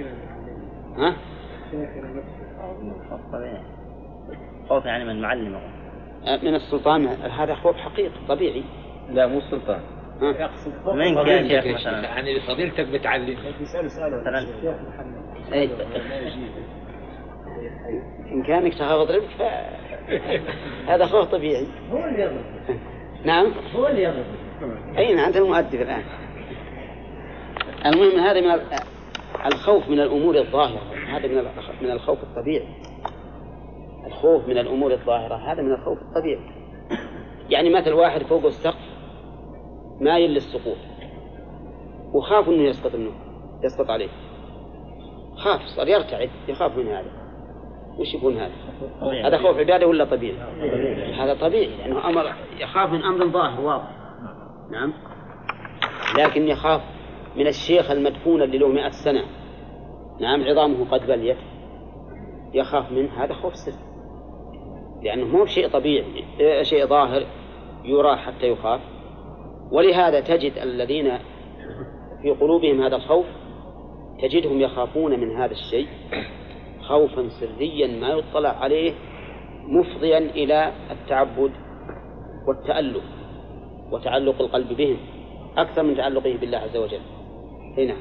خوف يعني من معلمه، من السلطان، هذا خوف حقيقي طبيعي. لا مو السلطان، من كان شيخ مثلا يعني فضيلتك بتعلم مثلا إن كانك تخاف أضربك هذا خوف طبيعي. هو اللي يضرب. نعم هو اللي يضرب. أين أنت المؤدب الآن؟ المهم هذا من الخوف من الأمور الظاهرة، هذا من الخوف الطبيعي. الخوف من الأمور الظاهرة هذا من الخوف الطبيعي. يعني مثل واحد فوق السقف مايل للسقوط وخاف أنه يسقط عليه، خاف صار يرتعد يخاف من هذا. وش يكون هذا؟ هذا خوف عبادة ولا طبيعي؟ هذا طبيعي لأنه أمر يخاف من أمر ظاهر واضح. نعم. لكن يخاف من الشيخ المدفون اللي له 100 سنة، نعم، عظامه قد بليت، يخاف منه، هذا خوف سر، لأنه مو شيء طبيعي، شيء ظاهر يرى حتى يخاف. ولهذا تجد الذين في قلوبهم هذا الخوف تجدهم يخافون من هذا الشيء خوفا سريا ما يطلع عليه، مفضيا إلى التعبد والتألق وتعلق القلب بهم أكثر من تعلقه بالله عز وجل. هنا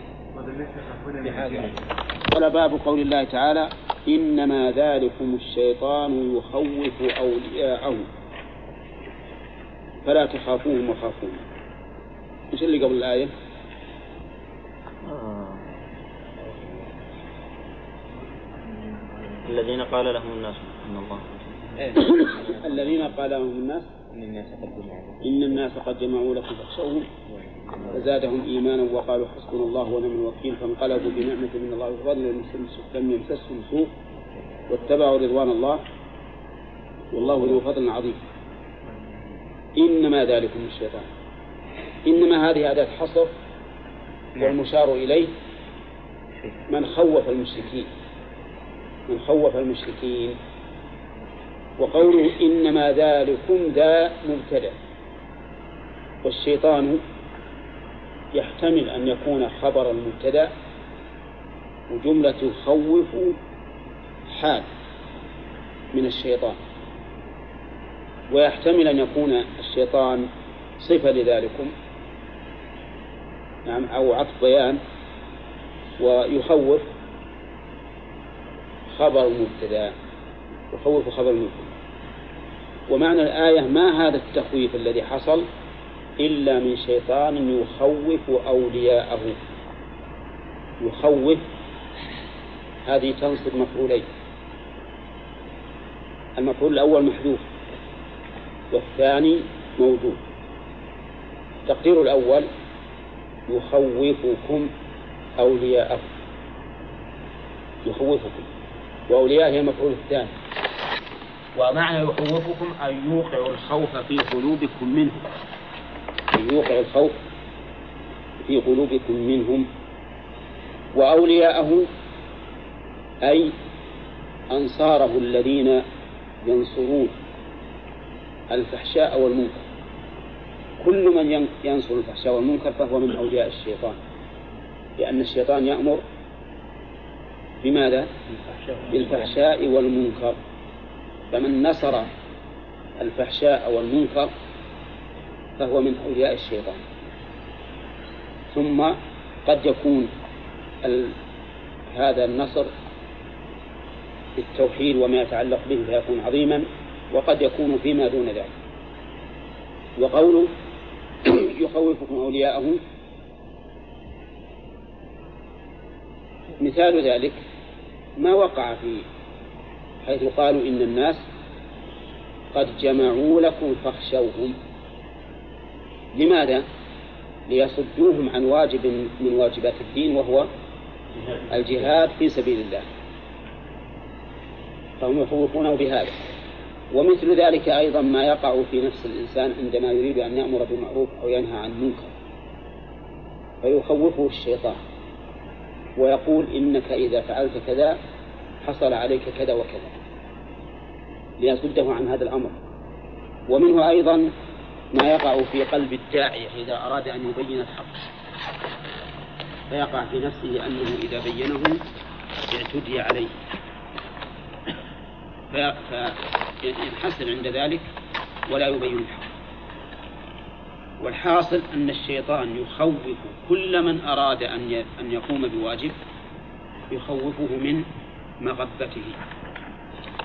ولا باب قول الله تعالى إنما ذلكم الشيطان يخوف أولياءه فلا تخافوهم وخافون. إيش اللي قبل الآية؟ الذين قال لهم الناس إن الله الذين قال لهم الناس إن الناس قد جمعوا لكم فاخشوهم فزادهم إيمانا وقالوا حسبنا الله ونعم الوكيل فانقلبوا بنعمة من الله وفضل لم يمسسهم سوء واتبعوا رضوان الله والله ذو فضل عظيم. إنما ذلكم الشيطان، إنما هذه أداة حصر، والمشار إليه من خوف المشركين. وقوله إنما ذلكم ذا مبتدأ، والشيطان يحتمل أن يكون خبر المبتدأ وجملة يخوف حال من الشيطان، ويحتمل أن يكون الشيطان صفة لذلكم، نعم، أو عطف بيان، ويخوف خبر مبتدأ، يخوف خبر مبتدأ. ومعنى الآية ما هذا التخويف الذي حصل إلا من شيطان يخوف أولياءه. يخوف هذه تنصب مفعولين، المفعول الأول محذوف والثاني موجود. تقدير الأول يخوفكم أولياءه، يخوفكم، وأولياء هي مفعول الثاني. ومعنى يخوفكم أن يوقع الخوف في قلوبكم منهم، أن يوقع الخوف في قلوبكم منهم. وأولياءه أي أنصاره الذين ينصرون الفحشاء والمنكر. كل من ينصر الفحشاء والمنكر فهو من أولياء الشيطان، لأن الشيطان يأمر بماذا؟ بالفحشاء والمنكر. فمن نصر الفحشاء والمنكر فهو من أولياء الشيطان. ثم قد يكون هذا النصر بالتوحيد وما يتعلق به فيكون عظيما، وقد يكون فيما دون ذلك. وقوله يخوفكم أولياءه مثال ذلك ما وقع فيه حيث قالوا إن الناس قد جمعوا لكم فاخشوهم. لماذا؟ ليصدوهم عن واجب من واجبات الدين وهو الجهاد في سبيل الله، فهم يخوفونه بهذا. ومثل ذلك أيضا ما يقع في نفس الإنسان عندما يريد أن يأمر بالمعروف أو ينهى عن المنكر، فيخوفه الشيطان ويقول إنك إذا فعلت كذا حصل عليك كذا وكذا، ليصده عن هذا الأمر. ومنه أيضا ما يقع في قلب الداعية إذا أراد أن يبين الحق، فيقع في نفسه أنه إذا بينه اعتدي عليه، فينحسر عند ذلك ولا يبين الحق. والحاصل أن الشيطان يخوف كل من أراد أن يقوم بواجب، يخوفه من مغبته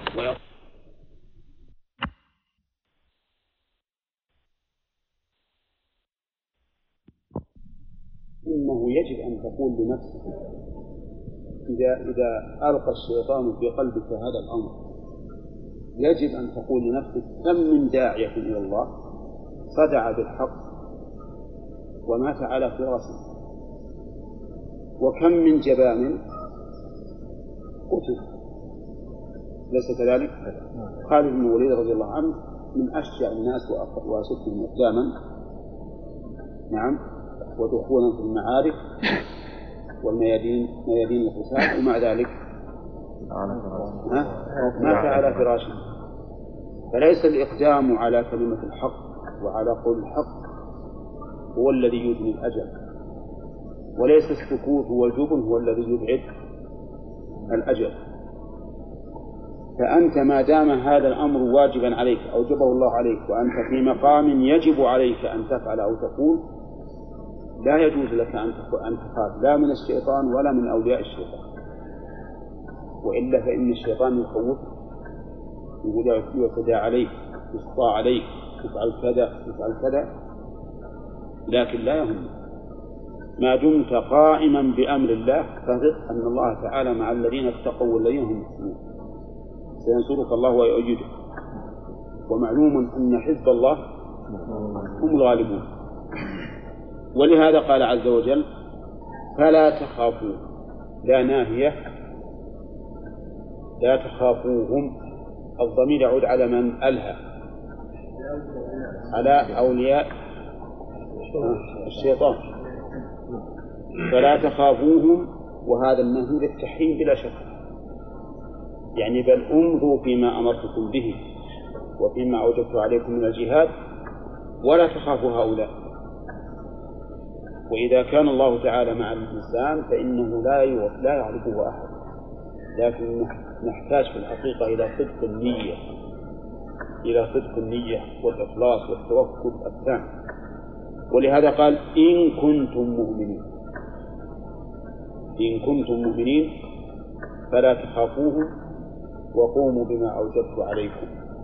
إنه يجب أن تقول لنفسك إذا ألقى الشيطان في قلبك هذا الأمر، يجب أن تقول لنفسك كم من داعية إلى الله صدع بالحق ومات على فراسه، وكم من جبان قتل، ليس كذلك؟ خالد بن الوليد رضي الله عنه من أشجع الناس وأشدهم إقداما، نعم، ودخولا في المعارك والميادين القتال، ومع ذلك مات على فراشه. فليس الإقدام على كلمة الحق وعلى قول الحق هو الذي يدني الأجل، وليس السكوت والجبن هو الذي يبعد الأجل. فأنت ما دام هذا الأمر واجبا عليك أوجبه الله عليك وأنت في مقام يجب عليك أن تفعل أو تقول، لا يجوز لك أن تخاف لا من الشيطان ولا من أولياء الشيطان، وإلا فإن الشيطان يخوف، يقول يعتدى عليك، يسطى عليك، تفعل كذا تفعل كذا، لكن لا يهم ما دمت قائما بأمر الله فثق أن الله تعالى مع الذين اتقوا والذين هم محسنون، سينصرك الله ويؤيدك، ومعلوم أن حزب الله هم الغالبون. ولهذا قال عز وجل فلا تخافوا، لا ناهية، لا تخافوهم، الضمير يعود على من ألهى، على أولياء الشيطان، فلا تخافوهم، وهذا النهي للتحريم بلا شك، يعني بل امضوا فيما أمرتكم به وفيما أوجبت عليكم من الجهاد ولا تخافوا هؤلاء. وإذا كان الله تعالى مع الإنسان فإنه لا يعرفه أحد، لكن نحتاج في الحقيقة إلى صدق النية والإخلاص والتوكل التام. ولهذا قال إن كنتم مؤمنين فلا تخافوهم وقوموا بما أوجبت عليكم.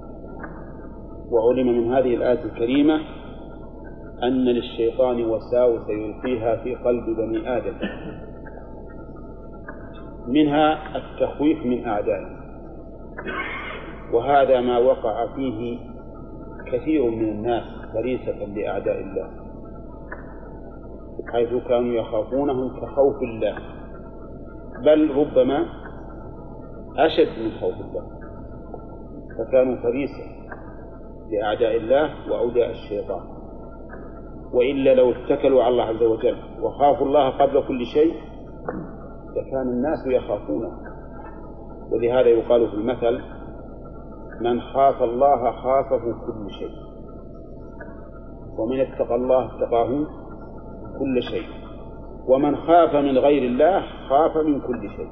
وعلم من هذه الآية الكريمة أن للشيطان وساوس يلقيها في قلب بني آدم، منها التخويف من أعدائه، وهذا ما وقع فيه كثير من الناس فريسة لأعداء الله، حيث كانوا يخافونهم كخوف الله، بل ربما أشد من خوف الله، فكانوا فريسة لأعداء الله وأولياء الشيطان. وإلا لو اتكلوا على الله عز وجل وخافوا الله قبل كل شيء لكان الناس يخافونه. ولهذا يقال في المثل من خاف الله خافه كل شيء، ومن اتقى الله اتقاه كل شيء، ومن خاف من غير الله خاف من كل شيء.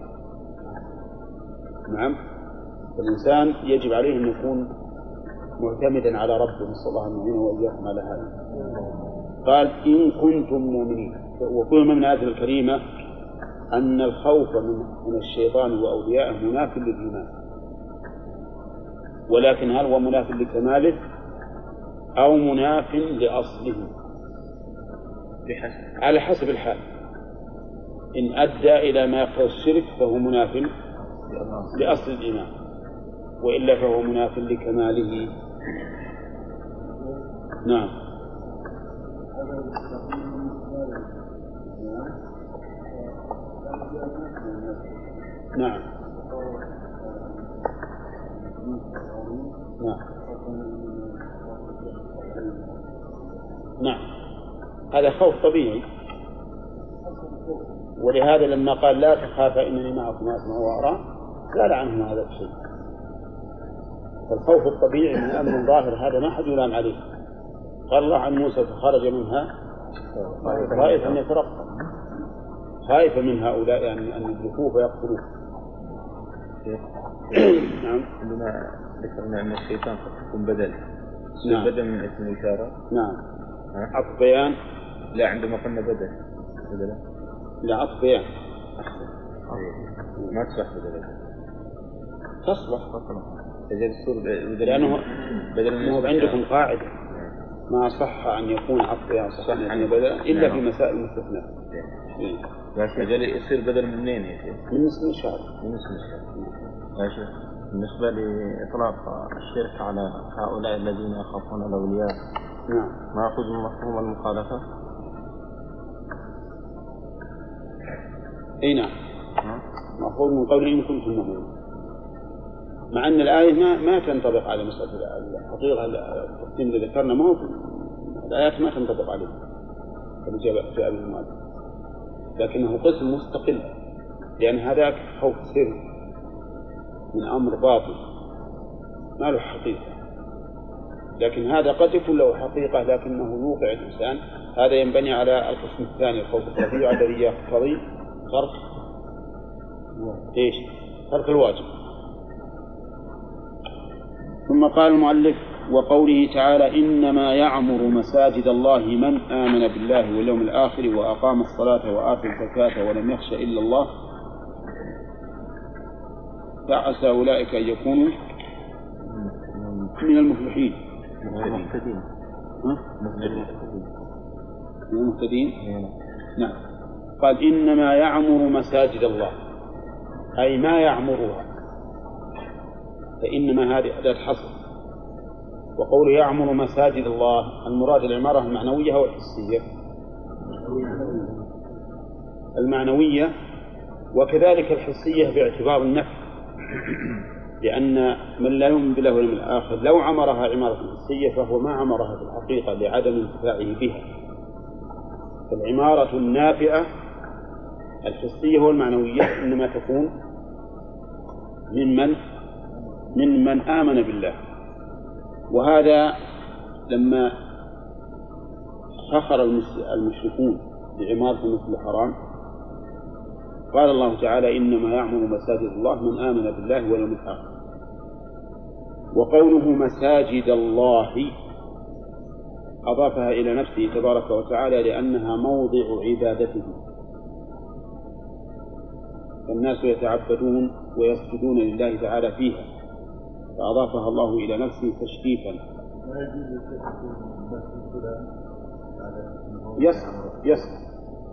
نعم، الإنسان يجب عليه أن يكون معتمدا على ربه، نسأل الله أن يعينه وإياكم على هذا. قال إن كنتم مؤمنين، وكل من هذه الكريمة أن الخوف من الشيطان وأوليائه مناف للإيمان، ولكن هل هو مناف لكماله أو مناف لأصله؟ على حسب الحال. إن أدى إلى ما يقتضي الشرك فهو مناف لأصل الإيمان، وإلا فهو مناف لكماله. نعم. نعم. نعم، هذا خوف طبيعي، ولهذا لما قال لا تخافا إنني معكم أسمع وأرى زال عنه هذا الشيء. فالخوف الطبيعي من أمر ظاهر هذا ما حد يلام عليه. قال الله عن موسى فخرج منها خائفا يترقب، خائفا من هؤلاء يعني أن يدركوه ويقتلوه. نعم. عندما ذكرنا أن الشيطان قد يكون بدل، نعم، بدل من اسم الإشارة. نعم، عطف بيان. لا، عندما قلنا بدل لا، عطف بيان ما تصلح بدل، تصلح لأنه بدل عندكم قاعدة ما صح أن يكون عطفها صح أن يكون بدلا إلا في مسائل المستثنى. أجل يصير بدل من منين يا شيخ؟ من اسم الشهر. من اسم الشهر. يا شيخ بالنسبة لإطلاق الشرك على هؤلاء الذين يخافون الأولياء ما يأخذ مفهوم المخالفة؟ أي نعم مأخوذ من قوله إن كنتم مؤمنين، مع أن الآية ما تنطبق على مسألة الحقيقة. التقسيم اللي ذكرنا ما هو الآيات ما تنطبق عليه كما جاء به المؤلف، لكنه قسم مستقل، لأن هذاك خوف سر من أمر باطل ما له حقيقة، لكن هذا قد يكون له حقيقة لكنه يوقع الإنسان. هذا ينبني على القسم الثاني الخوف الطبيعي الذي يقتضي ترك الواجب. ثم قال المؤلف وقوله تعالى إنما يعمر مساجد الله من آمن بالله واليوم الآخر وأقام الصلاة وآتى الزكاة ولم يخش إلا الله فعسى أولئك أن يكونوا من المفلحين. المهتدين. نعم. قال إنما يعمر مساجد الله أي ما يعمرها، فإنما هذه أداة حصر. وقوله يعمر مساجد الله المراد العمارة المعنوية أو الحسية؟ المعنوية، وكذلك الحسية باعتبار النفع، لأن من لا يؤمن بالله واليوم الآخر لو عمرها عمارة حسية فهو ما عمرها في الحقيقة لعدم انتفاعه بها. فالعمارة النافعة الحسية والمعنوية إنما تكون ممن آمن بالله. وهذا لما فخر المشركون بعمارة المسجد الحرام قال الله تعالى إنما يعمر مساجد الله من آمن بالله واليوم الآخر. وقوله مساجد الله أضافها إلى نفسه تبارك وتعالى لأنها موضع عبادته، فالناس يتعبدون ويسجدون لله تعالى فيها، فأضافها الله إلى نفسه تشريفا. يسر.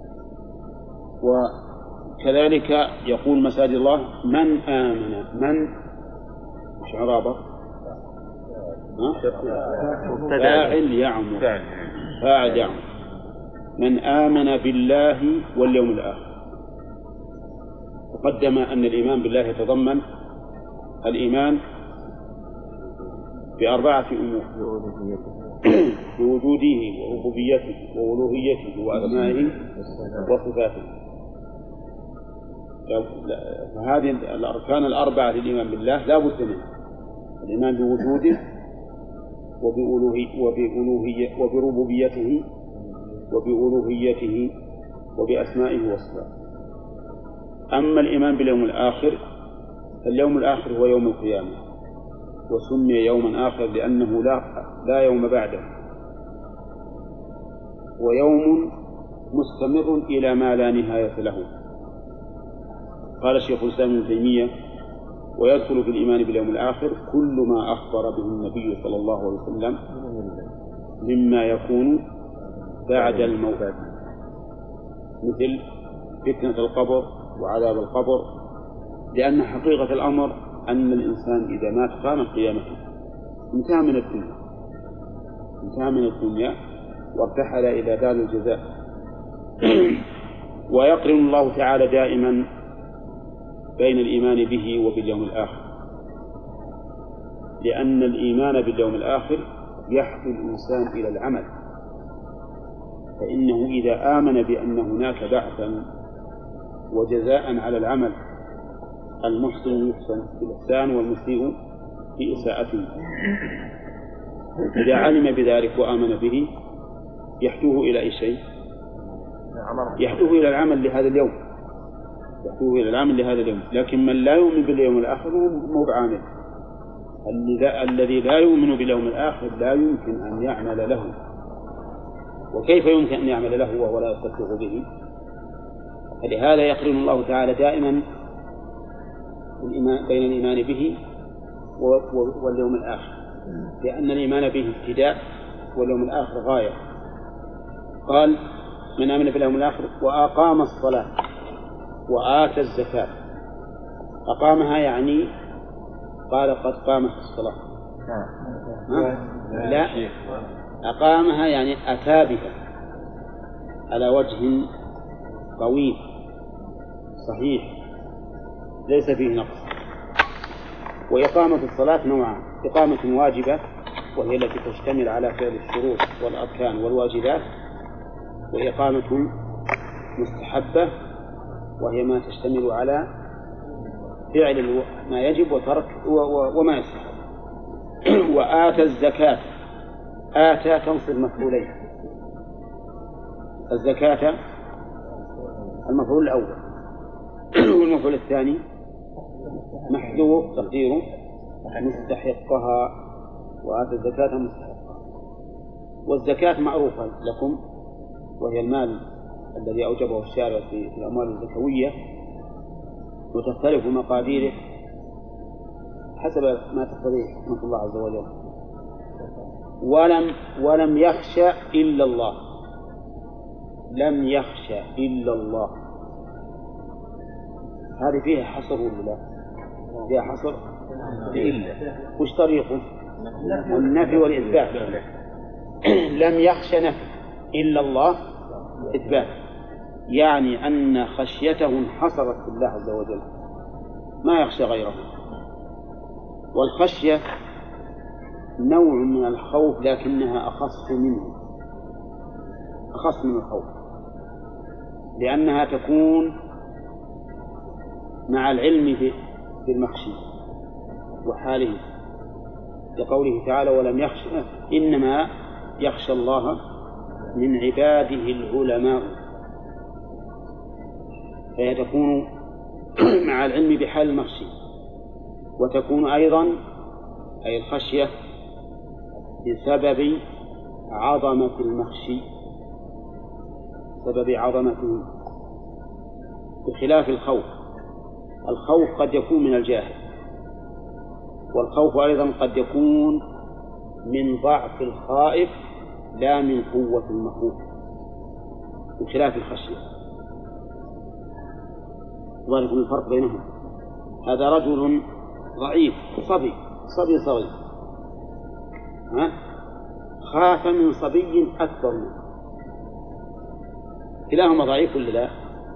وكذلك يقول مساجد الله من آمن، من مش عرابة فاعل يعمر، فاعل يعمر، من آمن بالله واليوم الآخر. تقدم أن الإيمان بالله يتضمن الإيمان بأربعة أمور: بوجوده وربوبيته وألوهيته وأسمائه وصفاته. فهذه الأركان الأربعة للإيمان بالله لا بد منها: الإيمان بوجوده وبربوبيته وبألوهيته وبأسمائه وصفاته. أما الإيمان باليوم الآخر فاليوم الآخر هو يوم القيامة، وسمي يوما آخر لأنه لا يوم بعده، ويوم مستمر إلى ما لا نهاية له. قال الشيخ الإسلام ابن تيمية: ويدخل في الإيمان باليوم الآخر كل ما أخبر به النبي صلى الله عليه وسلم مما يكون بعد الموت، مثل فتنة القبر وعذاب القبر، لأن حقيقة الأمر أن الإنسان إذا مات قامت قيامته، انتهى من الدنيا وارتحل إلى دار الجزاء. ويقرن الله تعالى دائما بين الإيمان به وباليوم الآخر، لأن الإيمان باليوم الآخر يحث الإنسان إلى العمل، فإنه إذا آمن بأن هناك بعثا وجزاء على العمل، المحسن يحسن بالإحسان والمسيء بإساءته، إذا علم بذلك وآمن به يحثوه إلى أي شيء؟ يحثوه إلى العمل لهذا اليوم، لكن من لا يؤمن باليوم الآخر هو بعامل. الذي لا يؤمن باليوم الآخر لا يمكن أن يعمل له، وكيف يمكن أن يعمل له وهو لا يصدق به؟ فلهذا يقرن الله تعالى دائما بين الإيمان به واليوم الآخر، لأن الإيمان به ابتداء واليوم الآخر غاية. قال من آمن باليوم الآخر وأقام الصلاة وآتى الزكاة. أقامها يعني قال قد قامت الصلاة، لا، أقامها يعني أتى بها على وجه قوي صحيح ليس فيه نقص. وإقامة الصلاة نوعان: إقامة واجبة وهي التي تشتمل على فعل الشروط والأركان والواجبات، وإقامة مستحبة وهي ما تشتمل على فعل ما يجب وترك وما يستحب. وآتى الزكاة، آتى تنصب مفعولين: الزكاة المفعول الأول والمفعول الثاني محذوف تقديره مستحقها، وآتى الزكاة مستحقها. والزكاة معروفة لكم وهي المال الذي أوجبه الشارع في الأموال الزكوية، وتختلف مقاديره حسب ما تقتضيه حكمة الله عز وجل. ولم يخشى إلا الله، لم يخشى إلا الله، هذه فيها حصر ولا لا؟ فيها حصر إلا. وش طريقه؟ النفي والإثبات. لم يخشى نفي إلا الله إثبات، يعني أن خشيته انحصرت في الله عز وجل، ما يخشى غيره. والخشية نوع من الخوف لكنها أخص منه، أخص من الخوف، لأنها تكون مع العلم بالمخشي وحاله، لقوله تعالى ولم يخشى، إنما يخشى الله من عباده العلماء، فهي تكون مع العلم بحال المخشي، وتكون أيضا أي الخشية بسبب عظمة المخشي، سبب عظمته، بخلاف الخوف. الخوف قد يكون من الجاهل، والخوف أيضا قد يكون من ضعف الخائف لا من قوة المخوف، بخلاف الخشية. ذلك الفرق بينهم. هذا رجل ضعيف صبي صغير خاف من صبي أكبر منه، كلاهما ضعيف ولا لا؟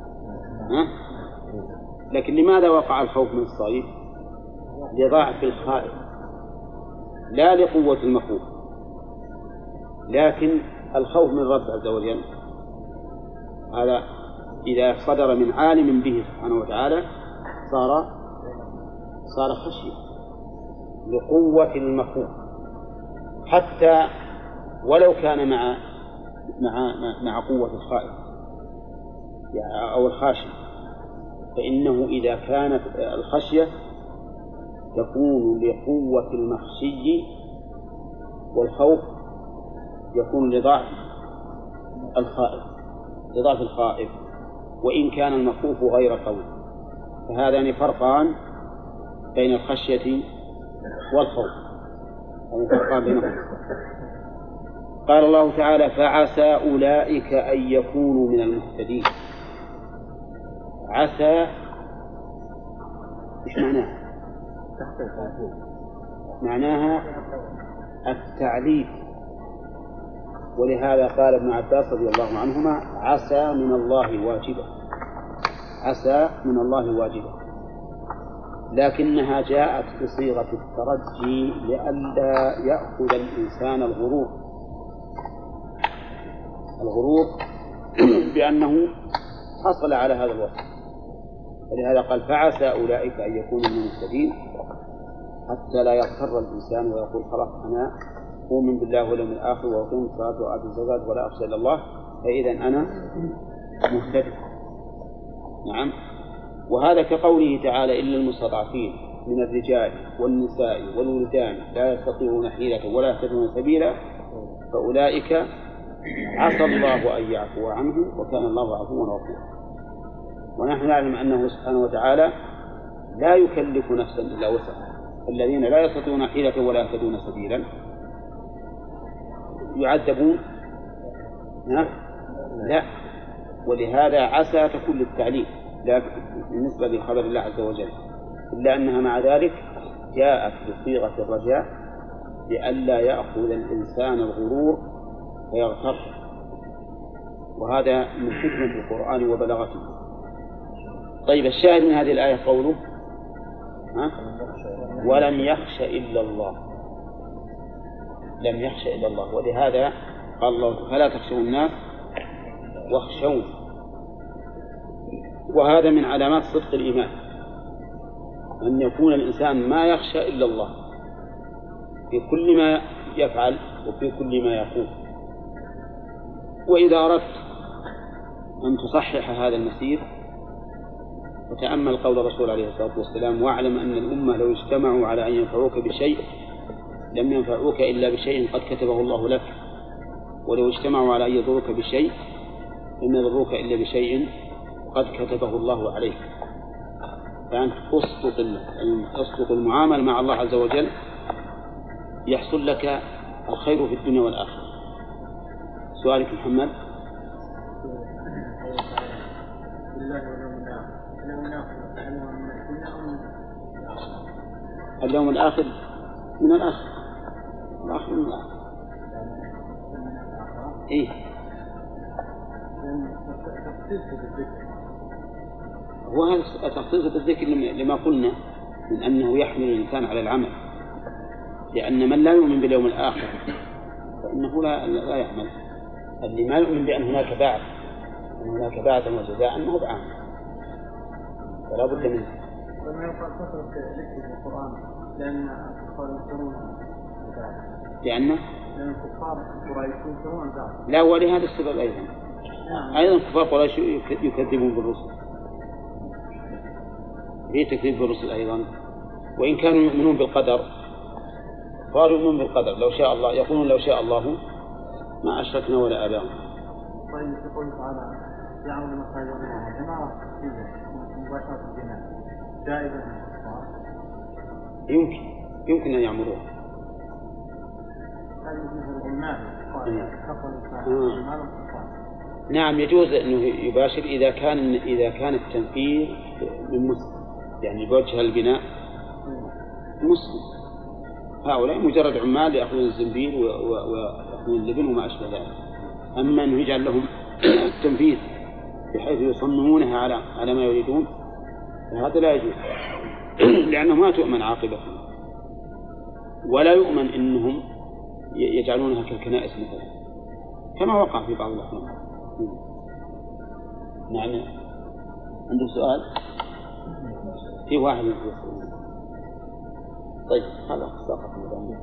لكن لماذا وقع الخوف من الصغير؟ لضعف الخائف لا لقوة المخوف. لكن الخوف من رب عز وجل هذا إذا صدر من عالم به سبحانه وتعالى صار خشية لقوة المخوف، حتى ولو كان مع قوة الخائف أو الخاشي، فإنه إذا كانت الخشية تكون لقوة المخشي، والخوف يكون لضعف الخائف وإن كان المخوف غير قوي. فهذان فرقان بين الخشية والخوف، يعني فرقان بينهم. قال الله تعالى فعسى أولئك أن يكونوا من المهتدين. عسى إيش معناها؟ معناها التعليل، ولهذا قال ابن عباس رضي الله عنهما عسى من الله واجبة، عسى من الله واجبة، لكنها جاءت بصيغة الترجي لئلا يأخذ الإنسان الغرور بأنه حصل على هذا الوصف، ولهذا قال فعسى أولئك أن يكونوا من المهتدين، حتى لا يغتر الإنسان ويقول خلاص أنا أؤمن بالله واليوم الآخر وأقيم الصلاة وآتي الزكاة ولا أخشى إلا الله فإذا أنا مهتدي. نعم. وهذا كقوله تعالى إلا المستضعفين من الرجال والنساء والولدان لا يستطيعون حيلة ولا يهتدون سبيلا فأولئك عسى الله أن يعفو عنه وكان الله عفوا غفورا. ونحن نعلم أنه سبحانه وتعالى لا يكلف نفسا إلا وسعها، الذين لا يستطيعون حيلة ولا يهتدون سبيلا يعذبون؟ لا. ولهذا عسى تكون للتعليل لا بالنسبة لخبر الله عز وجل، إلا أنها مع ذلك جاءت بصيغة الرجاء لئلا يأخذ الإنسان الغرور فيغتر، وهذا من حكمة القرآن وبلاغته. طيب الشاهد من هذه الآية قوله ولم يخش إلا الله، لم يخش إلا الله. ولهذا قال الله فلا تخشوا الناس واخشون. وهذا من علامات صدق الإيمان أن يكون الإنسان ما يخشى إلا الله في كل ما يفعل وفي كل ما يقول. وإذا أردت أن تصحح هذا المسير فتأمل قول الرسول عليه الصلاة والسلام واعلم أن الأمة لو اجتمعوا على أن ينفعوك بشيء لم ينفعوك إلا بشيء قد كتبه الله لك، ولو اجتمعوا على أن يضروك بشيء لم يضروك إلا بشيء قد كتبه الله عليك. فأنت أصدق المعاملة مع الله عز وجل يحصل لك الخير في الدنيا والآخرة. سؤالك محمد. اليوم الآخر من الآخر، الآخر من الآخر. إيه وهذا تخصيص بالذكر لما قلنا من أنه يحمل الإنسان على العمل، لأن من لا يؤمن باليوم الآخر فإنه لا يعمل. اللي ما يؤمن بأن هناك بعث وجزاء أنه بعمل، فلا بد منه. وما يقال كثرة ذكر في القرآن لأن الكفار ينكرون لأن الكفار قريش ينكرون ذلك. لا، ولهذا السبب أيضا كفار قريش يكذبون بالرسل، في تكذيب بالرسل أيضا، وإن كانوا يؤمنون بالقدر قالوا يؤمنون بالقدر لو شاء الله، يقولون لو شاء الله ما أشركنا ولا آباؤنا. طيب يقول تعالى يعمل مخالف الله جماعة مباشرة الجنة جائزة يمكن أن يعملوها. نعم يجوز أنه يباشر إذا كان التنفيذ من مسلم، يعني بوجه البناء مسلم. هؤلاء مجرد عمال يأخذون الزنبيل ويأخذون اللبن وما أشبه ذلك. أما أنه يجعل لهم التنفيذ بحيث يصممونها على ما يريدون فهذا لا يجوز، لأنه ما تؤمن عاقبته، ولا يؤمن إنهم يجعلونها كالكنائس مثلا كما وقع في بعض الأحيان. نعم. عنده سؤال؟ في واحد يسأل. طيب خلاص سقط الموضوع.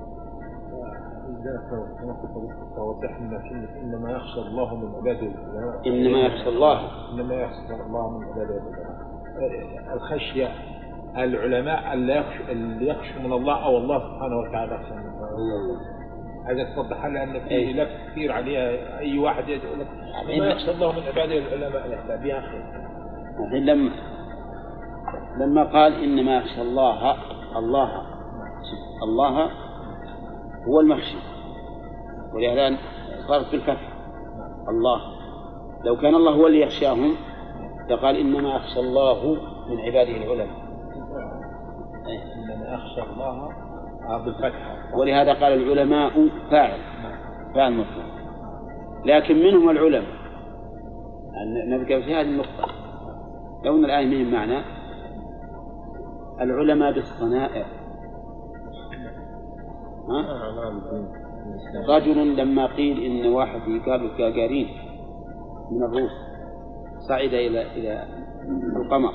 توضحنا كلمة إنما يخشى الله من عباده العلماء. إنما يخشى الله من عباده العلماء. الخشية العلماء اللي يخشوا من الله أو الله سبحانه وتعالى يخشى من الله. هذا توضح لأن في لف كثير عليها أي واحد يقول لك إنما يخشى الله من عباده العلماء يحتاج بها خير. لما قال إنما يخشى الله هو المخشي، ولهذا صارت بالفتح الله. لو كان الله هو اللي يخشاهم لقال إنما يخشى الله من عباده العلماء. إنما يخشى الله بالفتح، ولهذا قال العلماء فاعل مفعول، لكن منهم العلماء. نبقى في هذه النقطة. لو أن الآية من معنى العلماء بالصنائع. رجل لما قيل إن واحد قالوا جاجارين من الروس صعد إلى القمر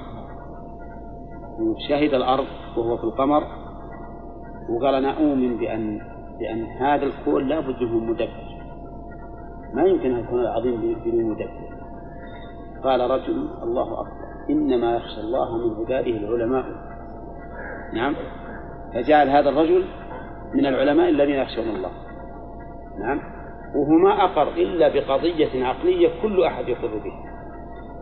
وشهد الأرض وهو في القمر، وقال أنا أؤمن بأن هذا الكون لا بد له مدبر، ما يمكن أن يكون العظيم بدون مدبر. قال رجل الله أكبر إنما يخشى الله من عباده العلماء. نعم، فجعل هذا الرجل من العلماء الذين يخشون الله. نعم، وهو ما أقر إلا بقضية عقلية كل أحد يقر به،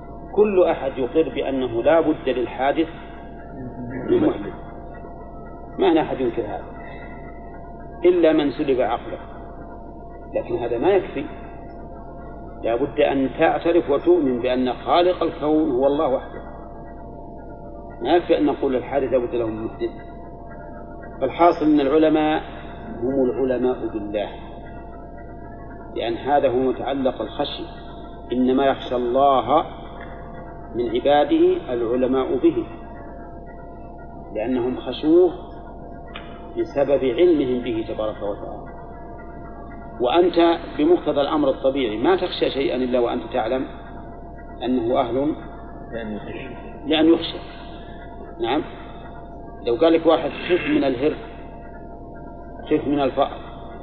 كل أحد يقر بأنه لا بد للحادث من محدث، ما هنا أحد ينكر هذا إلا من سلب عقله، لكن هذا ما يكفي، لا بد أن تعترف وتؤمن بأن خالق الكون هو الله وحده. ما يكفي أن نقول الحادث لا بد له من محدث. فالحاصل أن العلماء هم العلماء بالله، لأن هذا هو متعلق الخشية، إنما يخشى الله من عباده العلماء به، لأنهم خشوه بسبب علمهم به تبارك وتعالى. وأنت بمقتضى الأمر الطبيعي ما تخشى شيئا إلا وأنت تعلم أنه أهل لأن يخشى. نعم، لو قال لك واحد خف من الهر، خف من الفأر،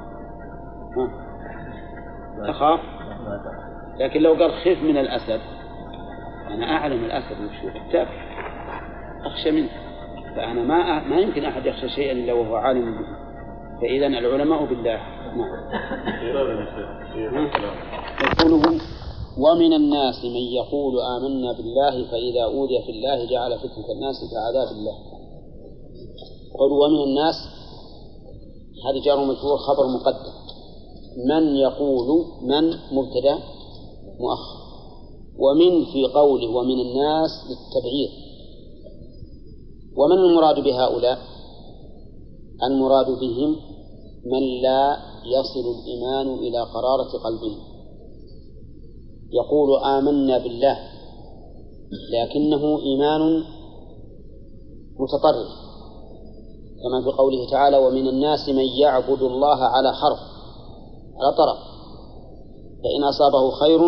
تخاف، لكن لو قال خف من الأسد، أنا أعلم الأسد وشو التابع أخشى منه، فأنا ما يمكن أحد يخشى شيئا إلا وهو عالم به. فإذا العلماء بالله. نعم. يقوله ومن الناس من يقول آمنا بالله فإذا أوذي في الله جعل فتنة الناس كعذاب الله. قل ومن الناس، هذا جار ومجرور خبر مقدم. من يقول، من مبتدأ مؤخر، ومن في قوله ومن الناس للتبعيض. ومن المراد بهؤلاء؟ المراد بهم من لا يصل الإيمان إلى قرارة قلبه، يقول آمنا بالله لكنه إيمان متطرف، كما في قوله تعالى ومن الناس من يعبد الله على حرف، على طرف، فإن أصابه خير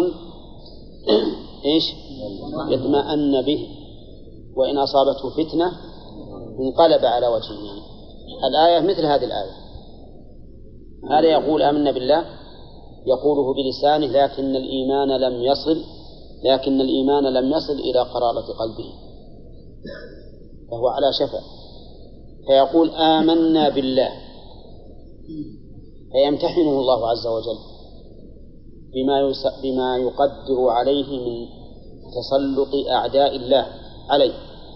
يطمأن به، وإن أصابته فتنة انقلب على وجهه. الآية مثل هذه الآية، هذا يقول آمنا بالله يقوله بلسانه لكن الإيمان لم يصل إلى قرارة قلبه، فهو على شفا، فيقول آمنا بالله، فيمتحنه الله عز وجل بما يقدر عليه من تسلط أعداء الله عليه،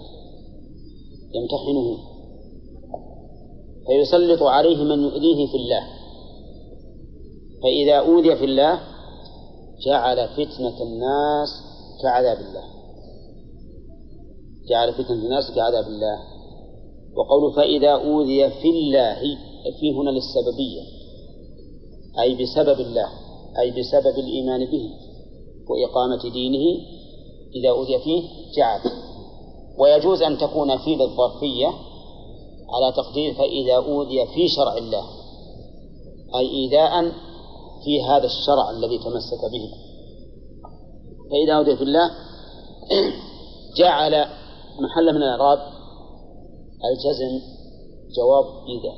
يمتحنه فيسلط عليه من يؤذيه في الله، فإذا أوذي في الله جعل فتنة الناس كعذاب الله، جعل فتنة الناس كعذاب الله. وقوله فإذا أوذي في الله، في هنا للسببية، أي بسبب الله، أي بسبب الإيمان به وإقامة دينه، إذا أوذي فيه جعل. ويجوز أن تكون في للظرفية على تقدير فإذا أوذي في شرع الله، أي إيذاء في هذا الشرع الذي تمسك به. فإذا أوذي في الله جعل محل من الإعراب الجزم جواب إذا،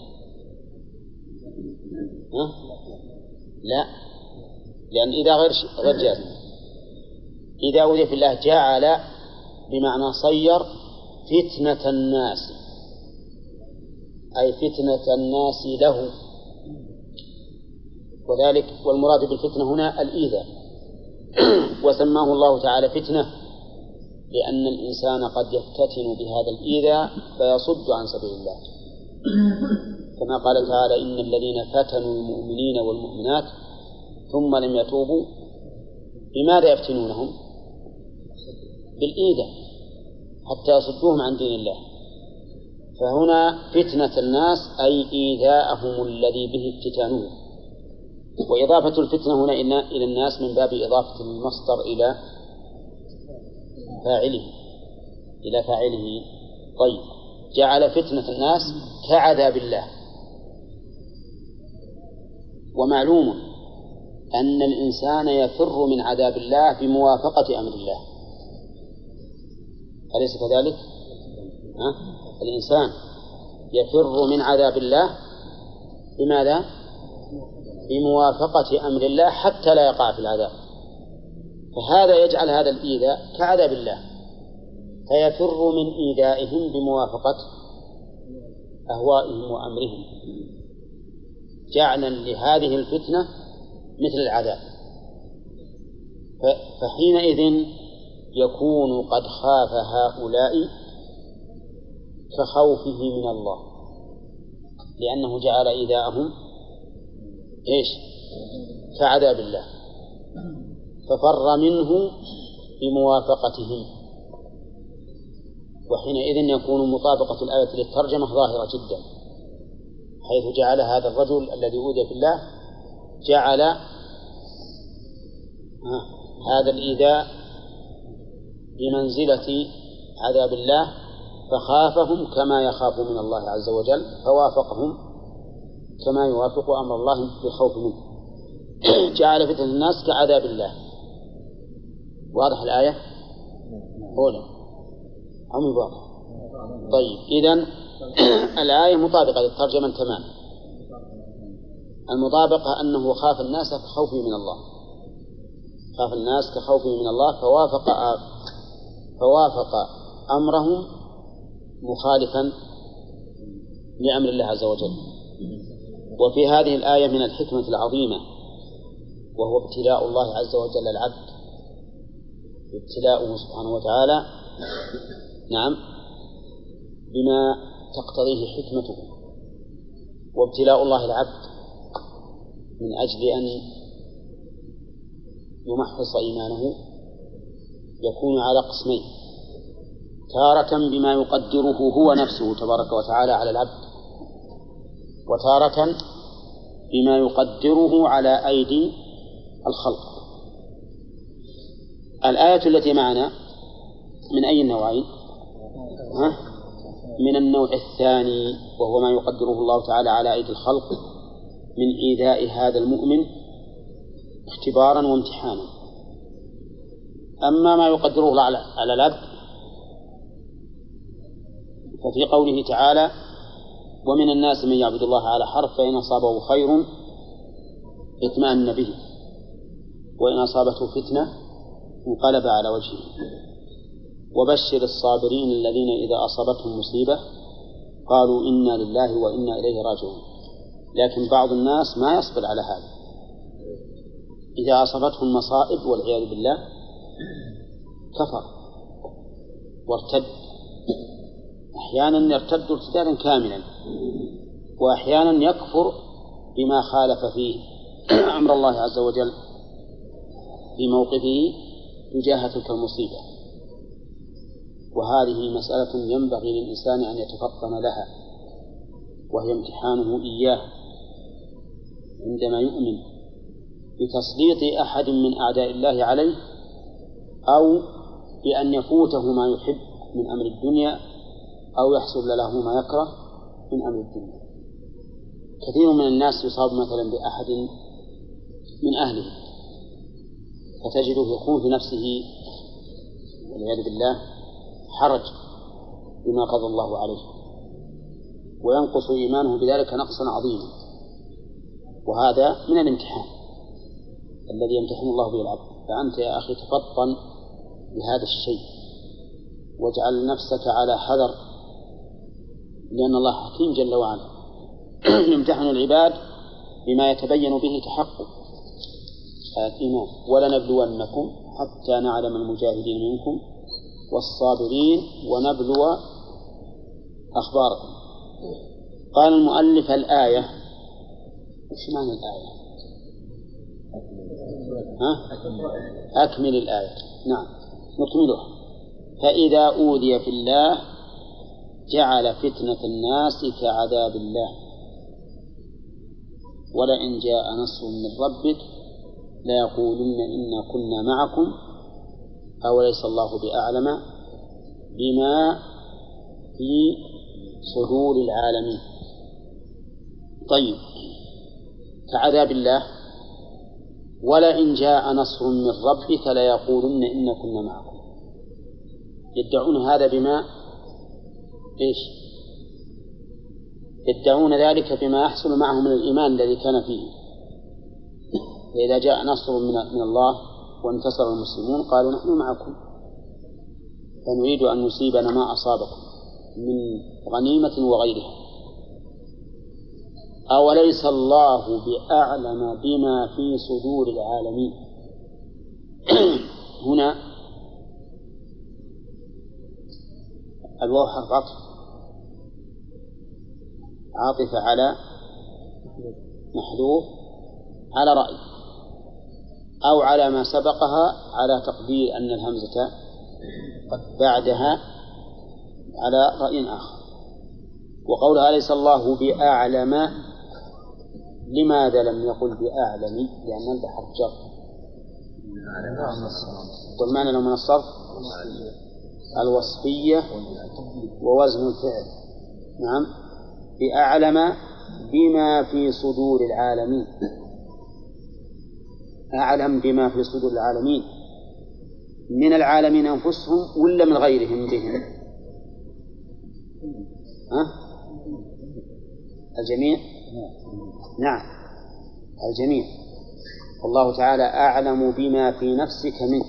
لا، لأن إذا غير جازم. إذا أوذي في الله جعل بمعنى صير فتنة الناس، أي فتنة الناس له، وذلك والمراد بالفتنة هنا الإيذاء. وسماه الله تعالى فتنة لأن الإنسان قد يفتتن بهذا الإيذاء فيصد عن سبيل الله، كما قال تعالى إن الذين فتنوا المؤمنين والمؤمنات ثم لم يتوبوا بماذا يفتنونهم؟ بالإيذاء حتى يصدوهم عن دين الله. فهنا فتنة الناس أي إيذاءهم الذي به افتتانهم. وإضافة الفتنة هنا إلى الناس من باب إضافة المصدر إلى فاعله. طيب، جعل فتنة الناس كعذاب الله. ومعلوم أن الإنسان يفر من عذاب الله بموافقة أمر الله، أليس كذلك؟ الإنسان يفر من عذاب الله بماذا؟ بموافقة أمر الله حتى لا يقع في العذاب. فهذا يجعل هذا الإيذاء كعذاب الله، فيفر من إيذائهم بموافقة أهوائهم وأمرهم، جعلا لهذه الفتنة مثل العذاب. فحينئذ يكون قد خاف هؤلاء كخوفه من الله، لأنه جعل إيذاءهم إيش؟ كعذاب الله، ففر منه بموافقتهم، وحينئذ يكون مطابقة الآية للترجمة ظاهرة جدا، حيث جعل هذا الرجل الذي أوذي في الله جعل هذا الإيذاء بمنزلة عذاب الله، فخافهم كما يخاف من الله عز وجل، فوافقهم كما يوافق أمر الله بالخوف منه. جعل فتنة الناس كعذاب الله. واضح الآية؟ أولا أم واضح؟ طيب، إذن الآية مطابقة للترجمة تماما. المطابقة أنه خاف الناس كخوفه من الله، خاف الناس كخوفه من الله، فوافق أمرهم مخالفا لأمر الله عز وجل. وفي هذه الآية من الحكمة العظيمة، وهو ابتلاء الله عز وجل العبد، ابتلاؤه سبحانه وتعالى نعم بما تقتضيه حكمته، وابتلاء الله العبد من أجل أن يمحص إيمانه يكون على قسمين: تارة بما يقدره هو نفسه تبارك وتعالى على العبد، وتارة بما يقدره على أيدي الخلق. الآية التي معنا من أي النوعين؟ من النوع الثاني، وهو ما يقدره الله تعالى على أيدي الخلق من إيذاء هذا المؤمن اختبارا وامتحانا. أما ما يقدره الله على العبد ففي قوله تعالى: ومن الناس من يعبد الله على حرف فإن أصابه خير اطمأن به وإن أصابته فتنة انقلب على وجهه وبشر الصابرين الذين إذا أصابتهم مصيبة قالوا إنا لله وإنا إليه راجعون. لكن بعض الناس ما يصبر على هذا، إذا أصابته المصائب والعياذ بالله كفر وارتد، أحيانا يرتد ارتدادا كاملا، وأحيانا يكفر بما خالف فيه أمر الله عز وجل في موقفه تجاه تلك المصيبة. وهذه مسألة ينبغي للإنسان أن يتفطن لها، وهي امتحانه إياه عندما يؤمن بتسليط أحد من أعداء الله عليه، أو بأن يفوته ما يحب من أمر الدنيا، أو يحصل له ما يكره من أمر الدنيا. كثير من الناس يصاب مثلا بأحد من أهله فتجده يكون في نفسه والعياذ بالله حرج بما قضى الله عليه، وينقص إيمانه بذلك نقصا عظيما. وهذا من الامتحان الذي يمتحن الله به العبد. فأنت يا أخي تفطن لهذا الشيء واجعل نفسك على حذر، لأن الله حكيم جل وعلا يمتحن العباد بما يتبين به تحقق الإيمان. ولنبلونكم حتى نعلم المجاهدين منكم والصابرين ونبلو أخباركم. قال المؤلف: الآية إيش معنى الآية؟ أكمل الآية. نعم نكملها. فإذا أوذي في الله جعل فتنة الناس كعذاب الله ولئن جاء نصر من ربك ليقولن إنا كنا معكم أوليس الله بأعلم بما في صدور العالمين. طيب، كعذاب الله ولئن جاء نصر من ربك ليقولن إنا كنا معكم. يدعون هذا بما إيش؟ يدعون ذلك بما يحصل معهم من الإيمان الذي كان فيه. فإذا جاء نصر من الله وانتصر المسلمون قالوا نحن معكم فنريد أن يصيبنا ما أصابكم من غنيمة وغيرها. أوليس الله بأعلم بما في صدور العالمين. هنا الواو حرف عطف عاطفة على محذوف على رأي، أو على ما سبقها على تقدير أن الهمزة بعدها على رأي آخر. وقولها أليس الله بأعلم، لماذا لم يقل بأعلم؟ لأن أنت حرف جر، والمعنى لو من الصرف الوصفية ووزن الفعل. نعم، بأعلم بما في صدور العالمين. أعلم بما في صدور العالمين، من العالمين أنفسهم ولا من غيرهم بهم؟ الجميع؟ نعم، الجميع. والله تعالى أعلم بما في نفسك منك،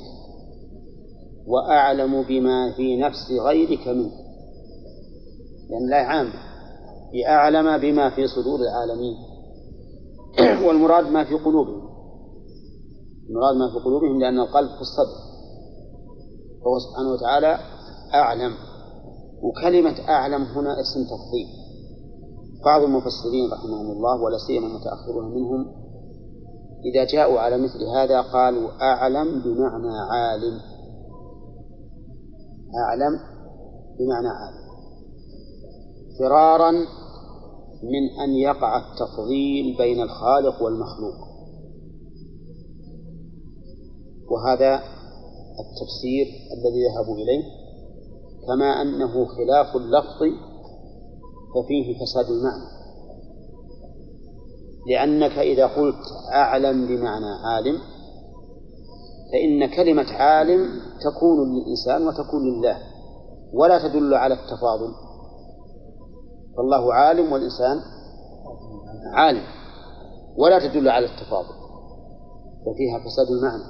وأعلم بما في نفس غيرك منك، لأن لا عام بأعلم بما في صدور العالمين. والمراد ما في قلوبهم، المراد ما في قلوبهم، لأن القلب في الصدر، فهو سبحانه وتعالى أعلم. وكلمة أعلم هنا اسم تفضيل. بعض المفسرين رحمهم الله ولا سيما المتأخرون منهم إذا جاءوا على مثل هذا قالوا أعلم بمعنى عالم، أعلم بمعنى عالم، فرارا من أن يقع التفضيل بين الخالق والمخلوق. وهذا التفسير الذي ذهبوا إليه، كما أنه خلاف اللفظ ففيه فساد المعنى، لأنك إذا قلت أعلم بمعنى عالم فإن كلمة عالم تكون للإنسان وتكون لله، ولا تدل على التفاضل، فالله عالم والإنسان عالم، ولا تدل على التفاضل، ففيها فساد المعنى.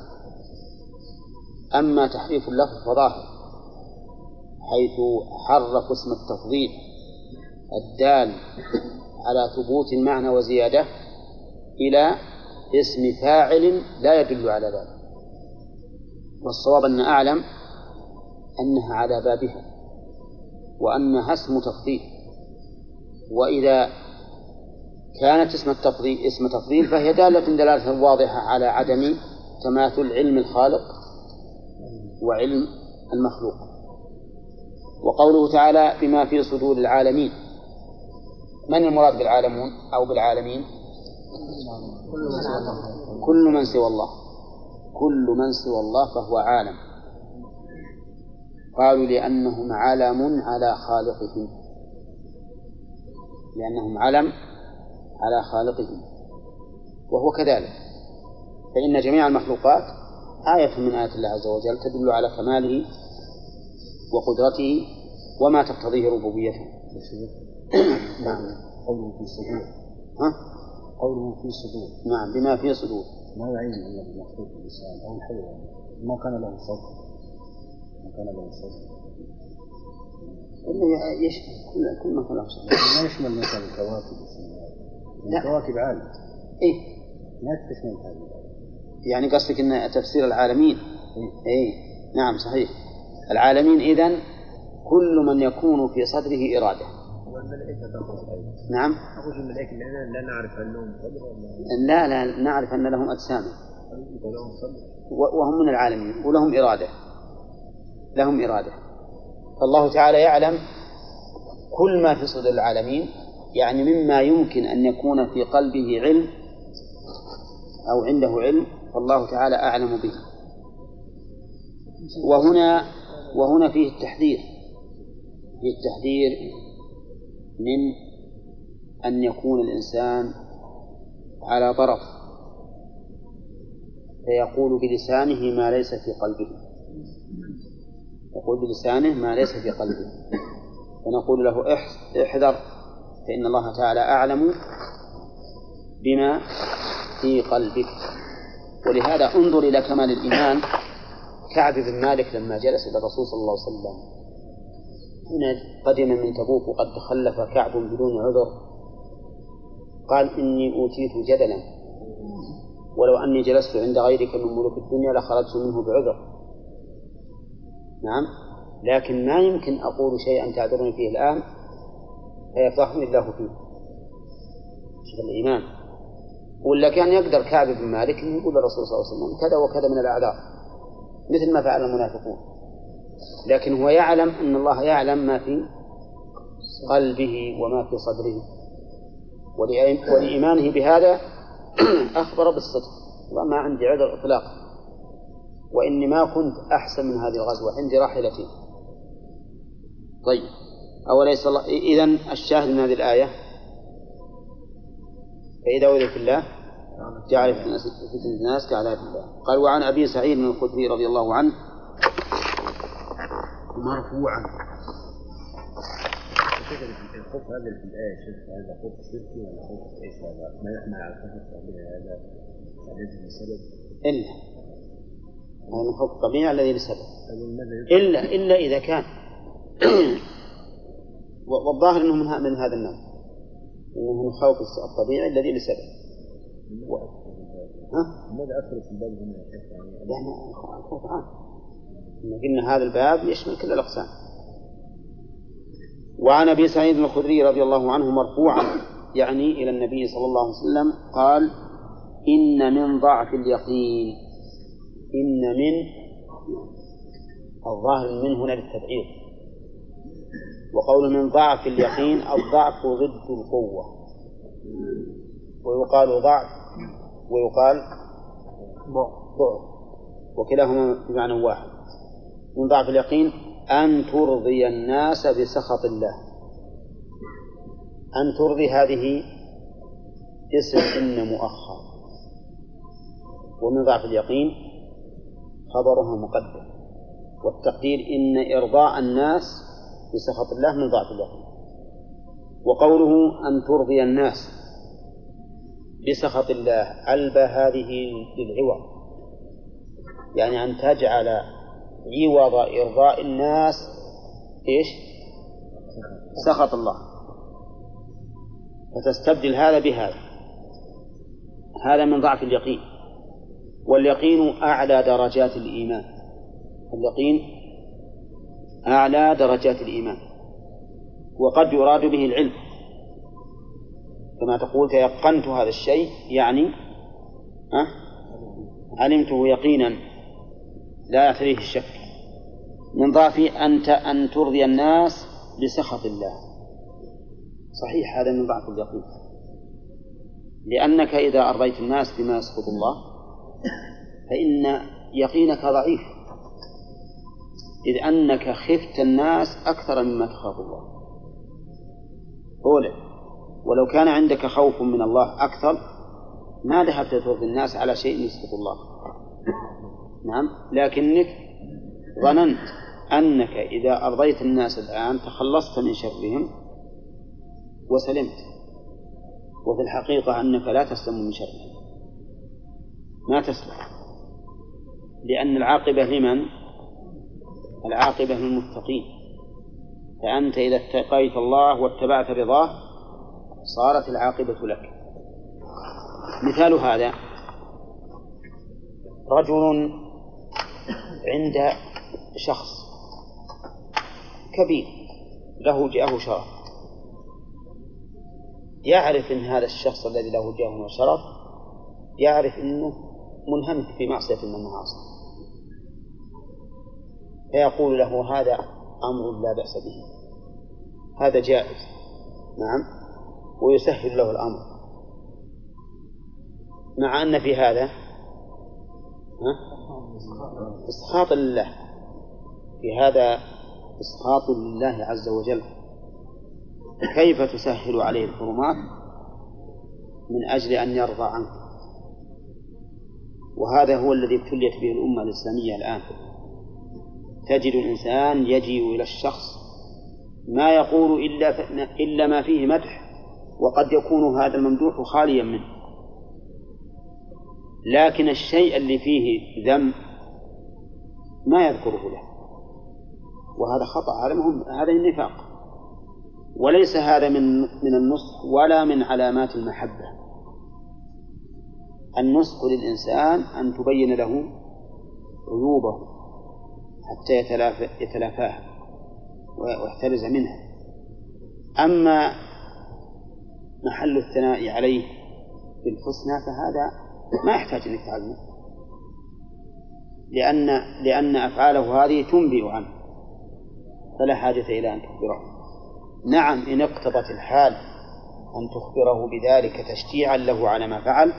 أما تحريف اللفظ فظاهر، حيث حرفوا اسم التفضيل الدال على ثبوت المعنى وزيادة إلى اسم فاعل لا يدل على ذلك. والصواب أن أعلم أنها على بابها، وأنها اسم تفضيل، وإذا كانت اسم تفضيل فهي دالة واضحة على عدم تماثل علم الخالق وعلم المخلوق. وقوله تعالى بما في صدور العالمين، من المراد بالعالمون أو بالعالمين؟ كل من سوى الله، كل من سوى الله فهو عالم. قالوا لأنهم علم على خالقهم، لأنهم علم على خالقهم، وهو كذلك، فإن جميع المخلوقات آية من آيات الله عز وجل تدل على كماله وقدرته وما تقتضيه ربوبيته. نعم. قوله في صدور. قوله في صدور. نعم، بما في صدور. ما يعني أن المخلوق الإنسان أو الحيوان ما كان له صدر، ما كان له صدر إنه يشمل كل ما كان له صدر، ما يشمل مثلا الكواكب الكواكب عالم. إيه، ما تشمل هذه. يعني قصدك أن تفسير العالمين؟ إيه، نعم صحيح. العالمين إذن كل من يكون في صدره إرادة. والملائكة تقول أيضا. نعم. أقول الملائكة لا نعرف أن لهم صدر لا نعرف أن لهم أجسام وهم من العالمين ولهم إرادة، لهم إرادة. فالله تعالى يعلم كل ما في صدر العالمين، يعني مما يمكن أن يكون في قلبه علم أو عنده علم، فالله تعالى أعلم به. وهنا فيه التحذير، من أن يكون الإنسان على طرف فيقول بلسانه ما ليس في قلبه، يقول بلسانه ما ليس في قلبه، فنقول له احذر، فإن الله تعالى أعلم بما في قلبك. ولهذا انظر إلى كمال الإيمان كعب بن مالك لما جلس إلى الرسول صلى الله عليه وسلم حين قدم من تبوك وقد تخلف كعب بدون عذر، قال إني أوتيت جدلا، ولو أني جلست عند غيرك من ملوك الدنيا لخرجت منه بعذر. نعم، لكن ما يمكن أقول شيئا تعذرني فيه الآن فيفضحني الله فيه، شوف الإيمان. ولا كان يقدر كعب بن مالك يقول للرسول صلى الله عليه وسلم كذا وكذا من الأعذار مثل ما فعل المنافقون، لكن هو يعلم أن الله يعلم ما في قلبه وما في صدره، ولإيمانه بهذا أخبر بالصدق، وما عندي عذر إطلاقا، وإني ما كنت أحسن من هذه الغزوة، عندي راحلتين. طيب، أوليس الله إذن الشاهد من هذه الآية فإذا أوذي في الله جعل فتنة الناس كعذاب الله. قال وعن أبي سعيد الخدري رضي الله عنه مرفوعا. الخوف هذا في الآية شوف هذا خوف شركي ولا خوف إيش هذا؟ ما يحمل على الخوف الطبيعي هذا الذي لسبب إلا هذا الخوف الطبيعي الذي لسبب إلا إذا كان والظاهر أنه من هذا النوع، إنه من الخوف الطبيعي الذي لسبب. ماذا أثر في الباب هنا يا شيخ؟ يعني الخوف عام، قلنا هذا الباب يشمل كل الأقسام. وعن أبي سعيد الخدري رضي الله عنه مرفوعا يعني إلى النبي صلى الله عليه وسلم قال إن من ضعف اليقين، إن من الظاهر من هنا للتبعيض، وقول من ضعف اليقين الضعف ضد القوة، ويقال ضعف ويقال ضعف، وكلاهما بمعنى واحد. من ضعف اليقين أن ترضي الناس بسخط الله. أن ترضي هذه اسم إن مؤخر، ومن ضعف اليقين خبرها مقدم، والتقدير إن إرضاء الناس بسخط الله من ضعف اليقين. وقوله أن ترضي الناس بسخط الله ألبى هذه للعوض، يعني أن تجعل عوض إرضاء الناس إيش؟ سخط الله، فتستبدل هذا بهذا. هذا من ضعف اليقين. واليقين أعلى درجات الإيمان، اليقين أعلى درجات الإيمان، وقد يراد به العلم، كما تقول تيقنت هذا الشيء يعني علمته يقينا لا يعتريه الشك. من ضعف أن ترضي الناس بسخط الله، صحيح هذا من ضعف اليقين، لأنك إذا أرضيت الناس بما يسخط الله فإن يقينك ضعيف، إذ أنك خفت الناس أكثر مما تخاف الله. أولا، ولو كان عندك خوف من الله أكثر ما ذهبت ترضي الناس على شيء يسخط الله. نعم، لكنك ظننت أنك إذا أرضيت الناس الآن تخلصت من شرهم وسلمت، وفي الحقيقة أنك لا تسلم من شرهم، ما تسلم، لأن العاقبة لمن؟ العاقبة للمتقين. فأنت إذا اتقيت الله واتبعت رضاه صارت العاقبة لك. مثال هذا رجل عند شخص كبير له جاءه شرف، يعرف أن هذا الشخص الذي له جاءه شرف يعرف أنه منهمك في معصية من المعاصي، فيقول له هذا أمر لا بأس به، هذا جائز، نعم، ويسهل له الأمر، مع أن في هذا إسخاط لله، في هذا إسخاط لله عز وجل. كيف تسهل عليه الحرمات من أجل أن يرضى عنك؟ وهذا هو الذي ابتليت به الأمة الإسلامية الآن. تجد الإنسان يجي إلى الشخص ما يقول إلا ما فيه مدح، وقد يكون هذا الممدوح خاليا منه، لكن الشيء اللي فيه ذم ما يذكره له، وهذا خطأ، هذا النفاق، وليس هذا من النصح ولا من علامات المحبة. النصح للإنسان أن تبين له عيوبه حتى يتلافاها ويحترز منها. أما محل الثناء عليه بالحسنى فهذا ما يحتاج أن تعلمه، لأن أفعاله هذه تنبئ عنه فلا حاجة إلى أن تخبره. نعم إن اقتضت الحال أن تخبره بذلك تشجيعا له على ما فعل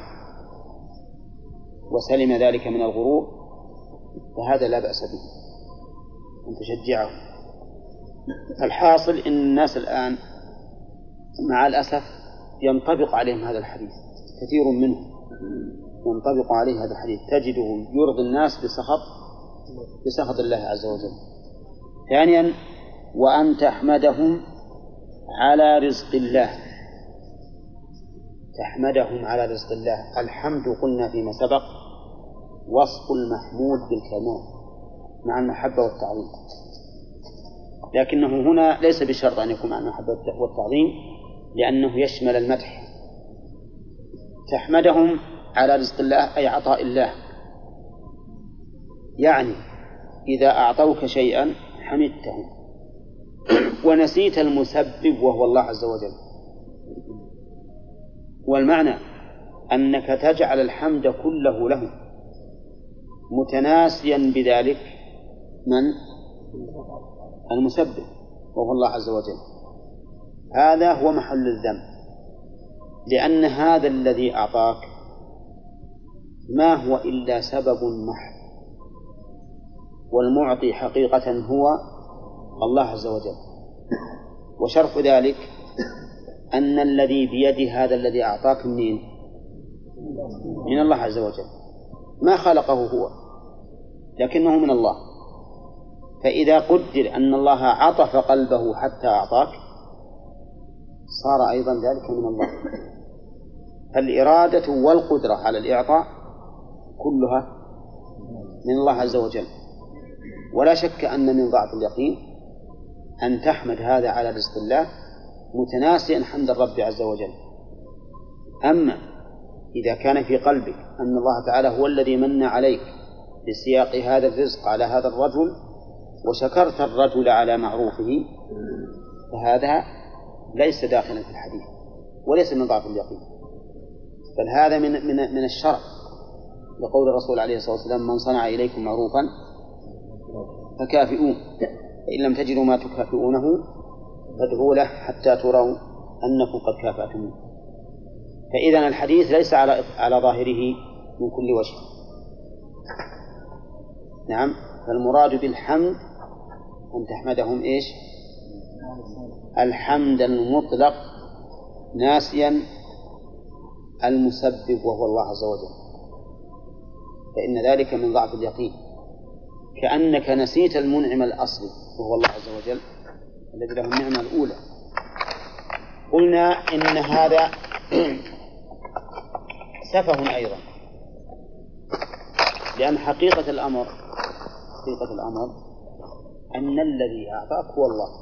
وسلم ذلك من الغرور فهذا لا بأس به أن تشجعه. الحاصل إن الناس الآن مع الأسف ينطبق عليهم هذا الحديث، كثير منهم ينطبق عليه هذا الحديث، تجده يرضي الناس بسخط الله عز وجل. ثانيا وأن تحمدهم على رزق الله، تحمدهم على رزق الله. الحمد قلنا فيما سبق وصف المحمود بالكمال مع المحبة والتعظيم، لكنه هنا ليس بشرط أن يكون مع المحبة والتعظيم لأنه يشمل المدح. تحمدهم على رزق الله أي عطاء الله، يعني إذا أعطوك شيئا حمدتهم ونسيت المسبب وهو الله عز وجل. والمعنى أنك تجعل الحمد كله له متناسيا بذلك من المسبب وهو الله عز وجل. هذا هو محل الذنب، لأن هذا الذي أعطاك ما هو إلا سبب محض، والمعطي حقيقة هو الله عز وجل. وشرح ذلك أن الذي بيد هذا الذي أعطاك من الله عز وجل، ما خلقه هو لكنه من الله. فإذا قدر أن الله عطف قلبه حتى أعطاك صار أيضا ذلك من الله. فالإرادة والقدرة على الإعطاء كلها من الله عز وجل. ولا شك أن من ضعف اليقين أن تحمد هذا على رزق الله متناسيا حمد الرب عز وجل. أما إذا كان في قلبك أن الله تعالى هو الذي من عليك بسياق هذا الرزق على هذا الرجل وشكرت الرجل على معروفه فهذا ليس داخلا في الحديث وليس من ضعف اليقين، بل هذا من الشرع، لقول الرسول عليه الصلاة والسلام من صنع إليكم معروفا فكافئوه فإن لم تجدوا ما تكافئونه فادعوا له حتى تروا أنكم قد كافأتموه. فإذا الحديث ليس على ظاهره من كل وجه. نعم، فالمراد بالحمد أن تحمدهم إيش؟ الحمد المطلق ناسيا المسبب وهو الله عز وجل، فإن ذلك من ضعف اليقين، كأنك نسيت المنعم الأصلي وهو الله عز وجل الذي له النعمة الأولى. قلنا إن هذا سفه أيضا، لأن حقيقة الأمر أن الذي أعطاك هو الله.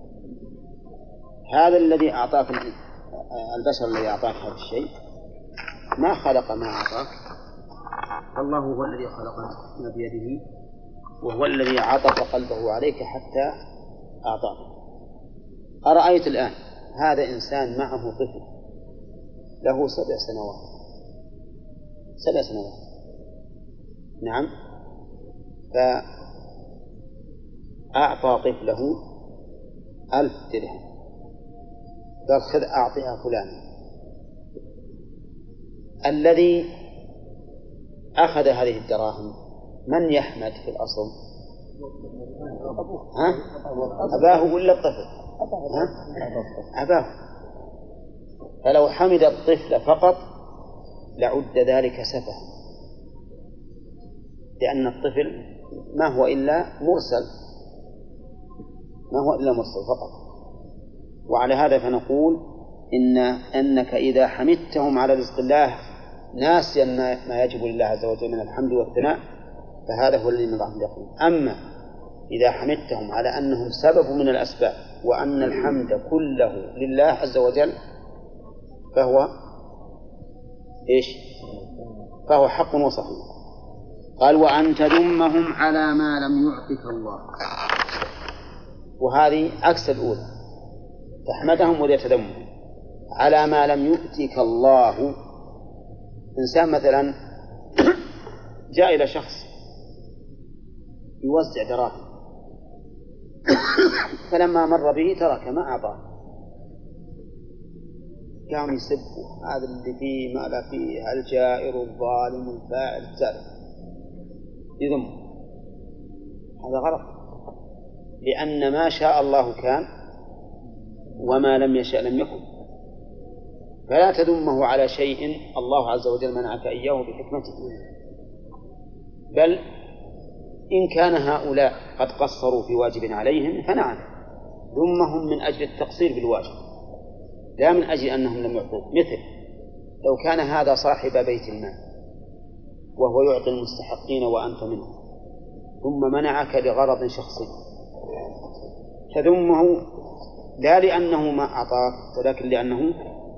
هذا الذي أعطاك البشر الذي أعطاك هذا الشيء ما خلق ما أعطاك، الله هو الذي خلق ما بيده وهو الذي عطف قلبه عليك حتى أعطاك. أرأيت الآن هذا إنسان معه طفل له 7 سنوات، 7 سنوات، نعم، فأعطى طفله 1000 درهم، قال خذ أعطيها فلان. الذي أخذ هذه الدراهم من يحمد في الأصل؟ أباه ولا الطفل؟ أباه. فلو حمد الطفل فقط لعد ذلك سفه، لأن الطفل ما هو إلا مرسل فقط. وعلى هذا فنقول أنك إذا حمدتهم على رزق الله ناسيا ما يجب لله عز وجل من الحمد والثناء فهذا هو الذي من ضعف اليقين. أما إذا حمدتهم على أنهم سبب من الأسباب وأن الحمد كله لله عز وجل فهو إيش؟ فهو حق وصحيح. قال وأن تذمهم على ما لم يعطك الله، وهذه عكس الأولى، تحمدهم ولا تذمهم. على ما لم يؤتك الله. إنسان مثلا جاء إلى شخص يوزع دراهم فلما مر به ترك ما أعطاه، قام يسبه: هذا اللي فيه ما لا فيه، الجائر الظالم الفاعل الزالم، يذم. هذا غلط، لأن ما شاء الله كان وما لم يشاء لم يكن. فلا تذمه على شيء الله عز وجل منعك إياه بحكمته، بل إن كان هؤلاء قد قصروا في واجب عليهم فنعم، ذمهم من أجل التقصير بالواجب لا من أجل أنهم لم يعطوه. مثل لو كان هذا صاحب بيت المال وهو يعطي المستحقين وأنت منه، ثم منعك لغرض شخصي، تذمه لا لأنه ما أعطاك ولكن لأنه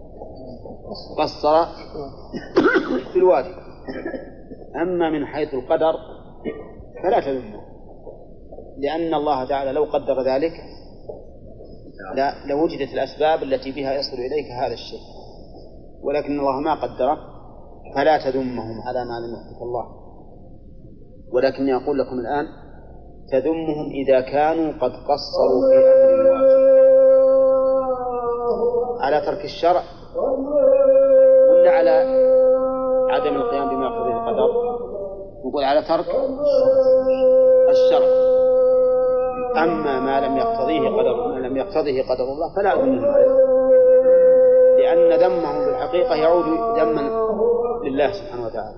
قصر في الواجب. أما من حيث القدر فلا تذمه، لأن الله تعالى لو قدر ذلك لوجدت الأسباب التي بها يصل إليك هذا الشيء، ولكن الله ما قدره، فلا تذمهم على ما لم يحدث الله. ولكن أقول لكم الآن تذمهم إذا كانوا قد قصروا في أمر الواجب على ترك الشرع ولا على عدم القيام بما يقتضيه القدر. نقول على ترك الشرع. أما ما لم يقتضيه قدر الله فلا أذمهم عليه، لأن ذمهم بالحقيقة يعود ذما لله سبحانه وتعالى.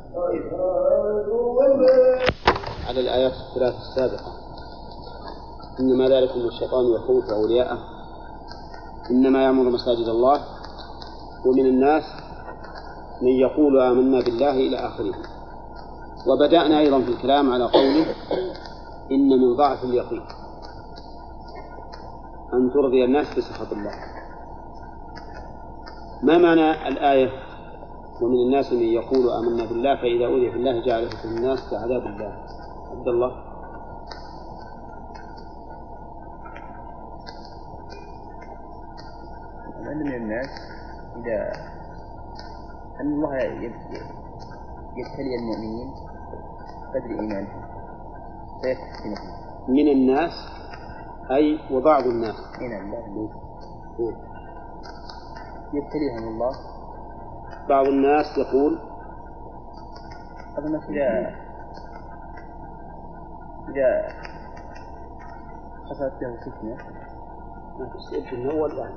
على الآيات الثلاث السابقة: إنما ذلكم الشيطان يخوف أولياءه، إنما يعمر مساجد الله، ومن الناس من يقول آمنا بالله إلى آخره. وبدأنا أيضا في الكلام على قوله: إن من ضعف اليقين أن ترضي الناس بسخط الله. ما معنى الآية: ومن الناس من يقول آمنا بالله فإذا أوذي في الله جعل فتنة الناس كعذاب الله؟ عبد الله. أن من الناس إذا أن الله يبتلي المؤمنين قدر إيمانهم فيفتنهم. من الناس أي وبعض الناس. يبتليهم الله. بعض الناس يقول هذا الناس إذا حصلت لهم فتنة ما تستيقظ من أول الآن.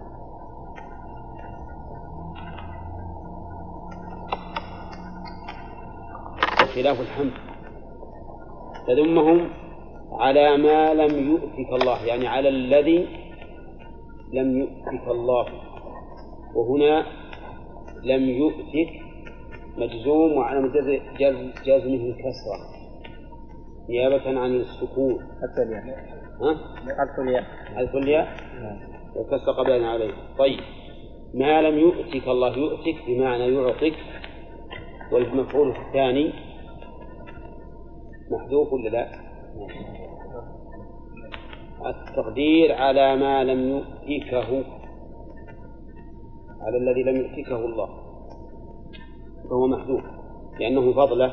خلاف الحمد تذمهم على ما لم يؤتك الله، يعني على الذي لم يؤتك الله. وهنا لم يؤتك مجزوم وعلى جزمه الكسرة نيابة عن السكون. حتى الياء حذف الياء والكسر قبلنا عليه. طيب، ما لم يؤتك الله، يؤتك بمعنى يعطيك، والمفعول الثاني محذوف ولا لا؟ التقدير على ما لم يؤتكه، على الذي لم يؤتكه الله، فهو محذوف لأنه فضله.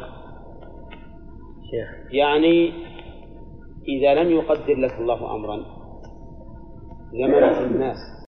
يعني إذا لم يقدر لك الله أمرا لمنع الناس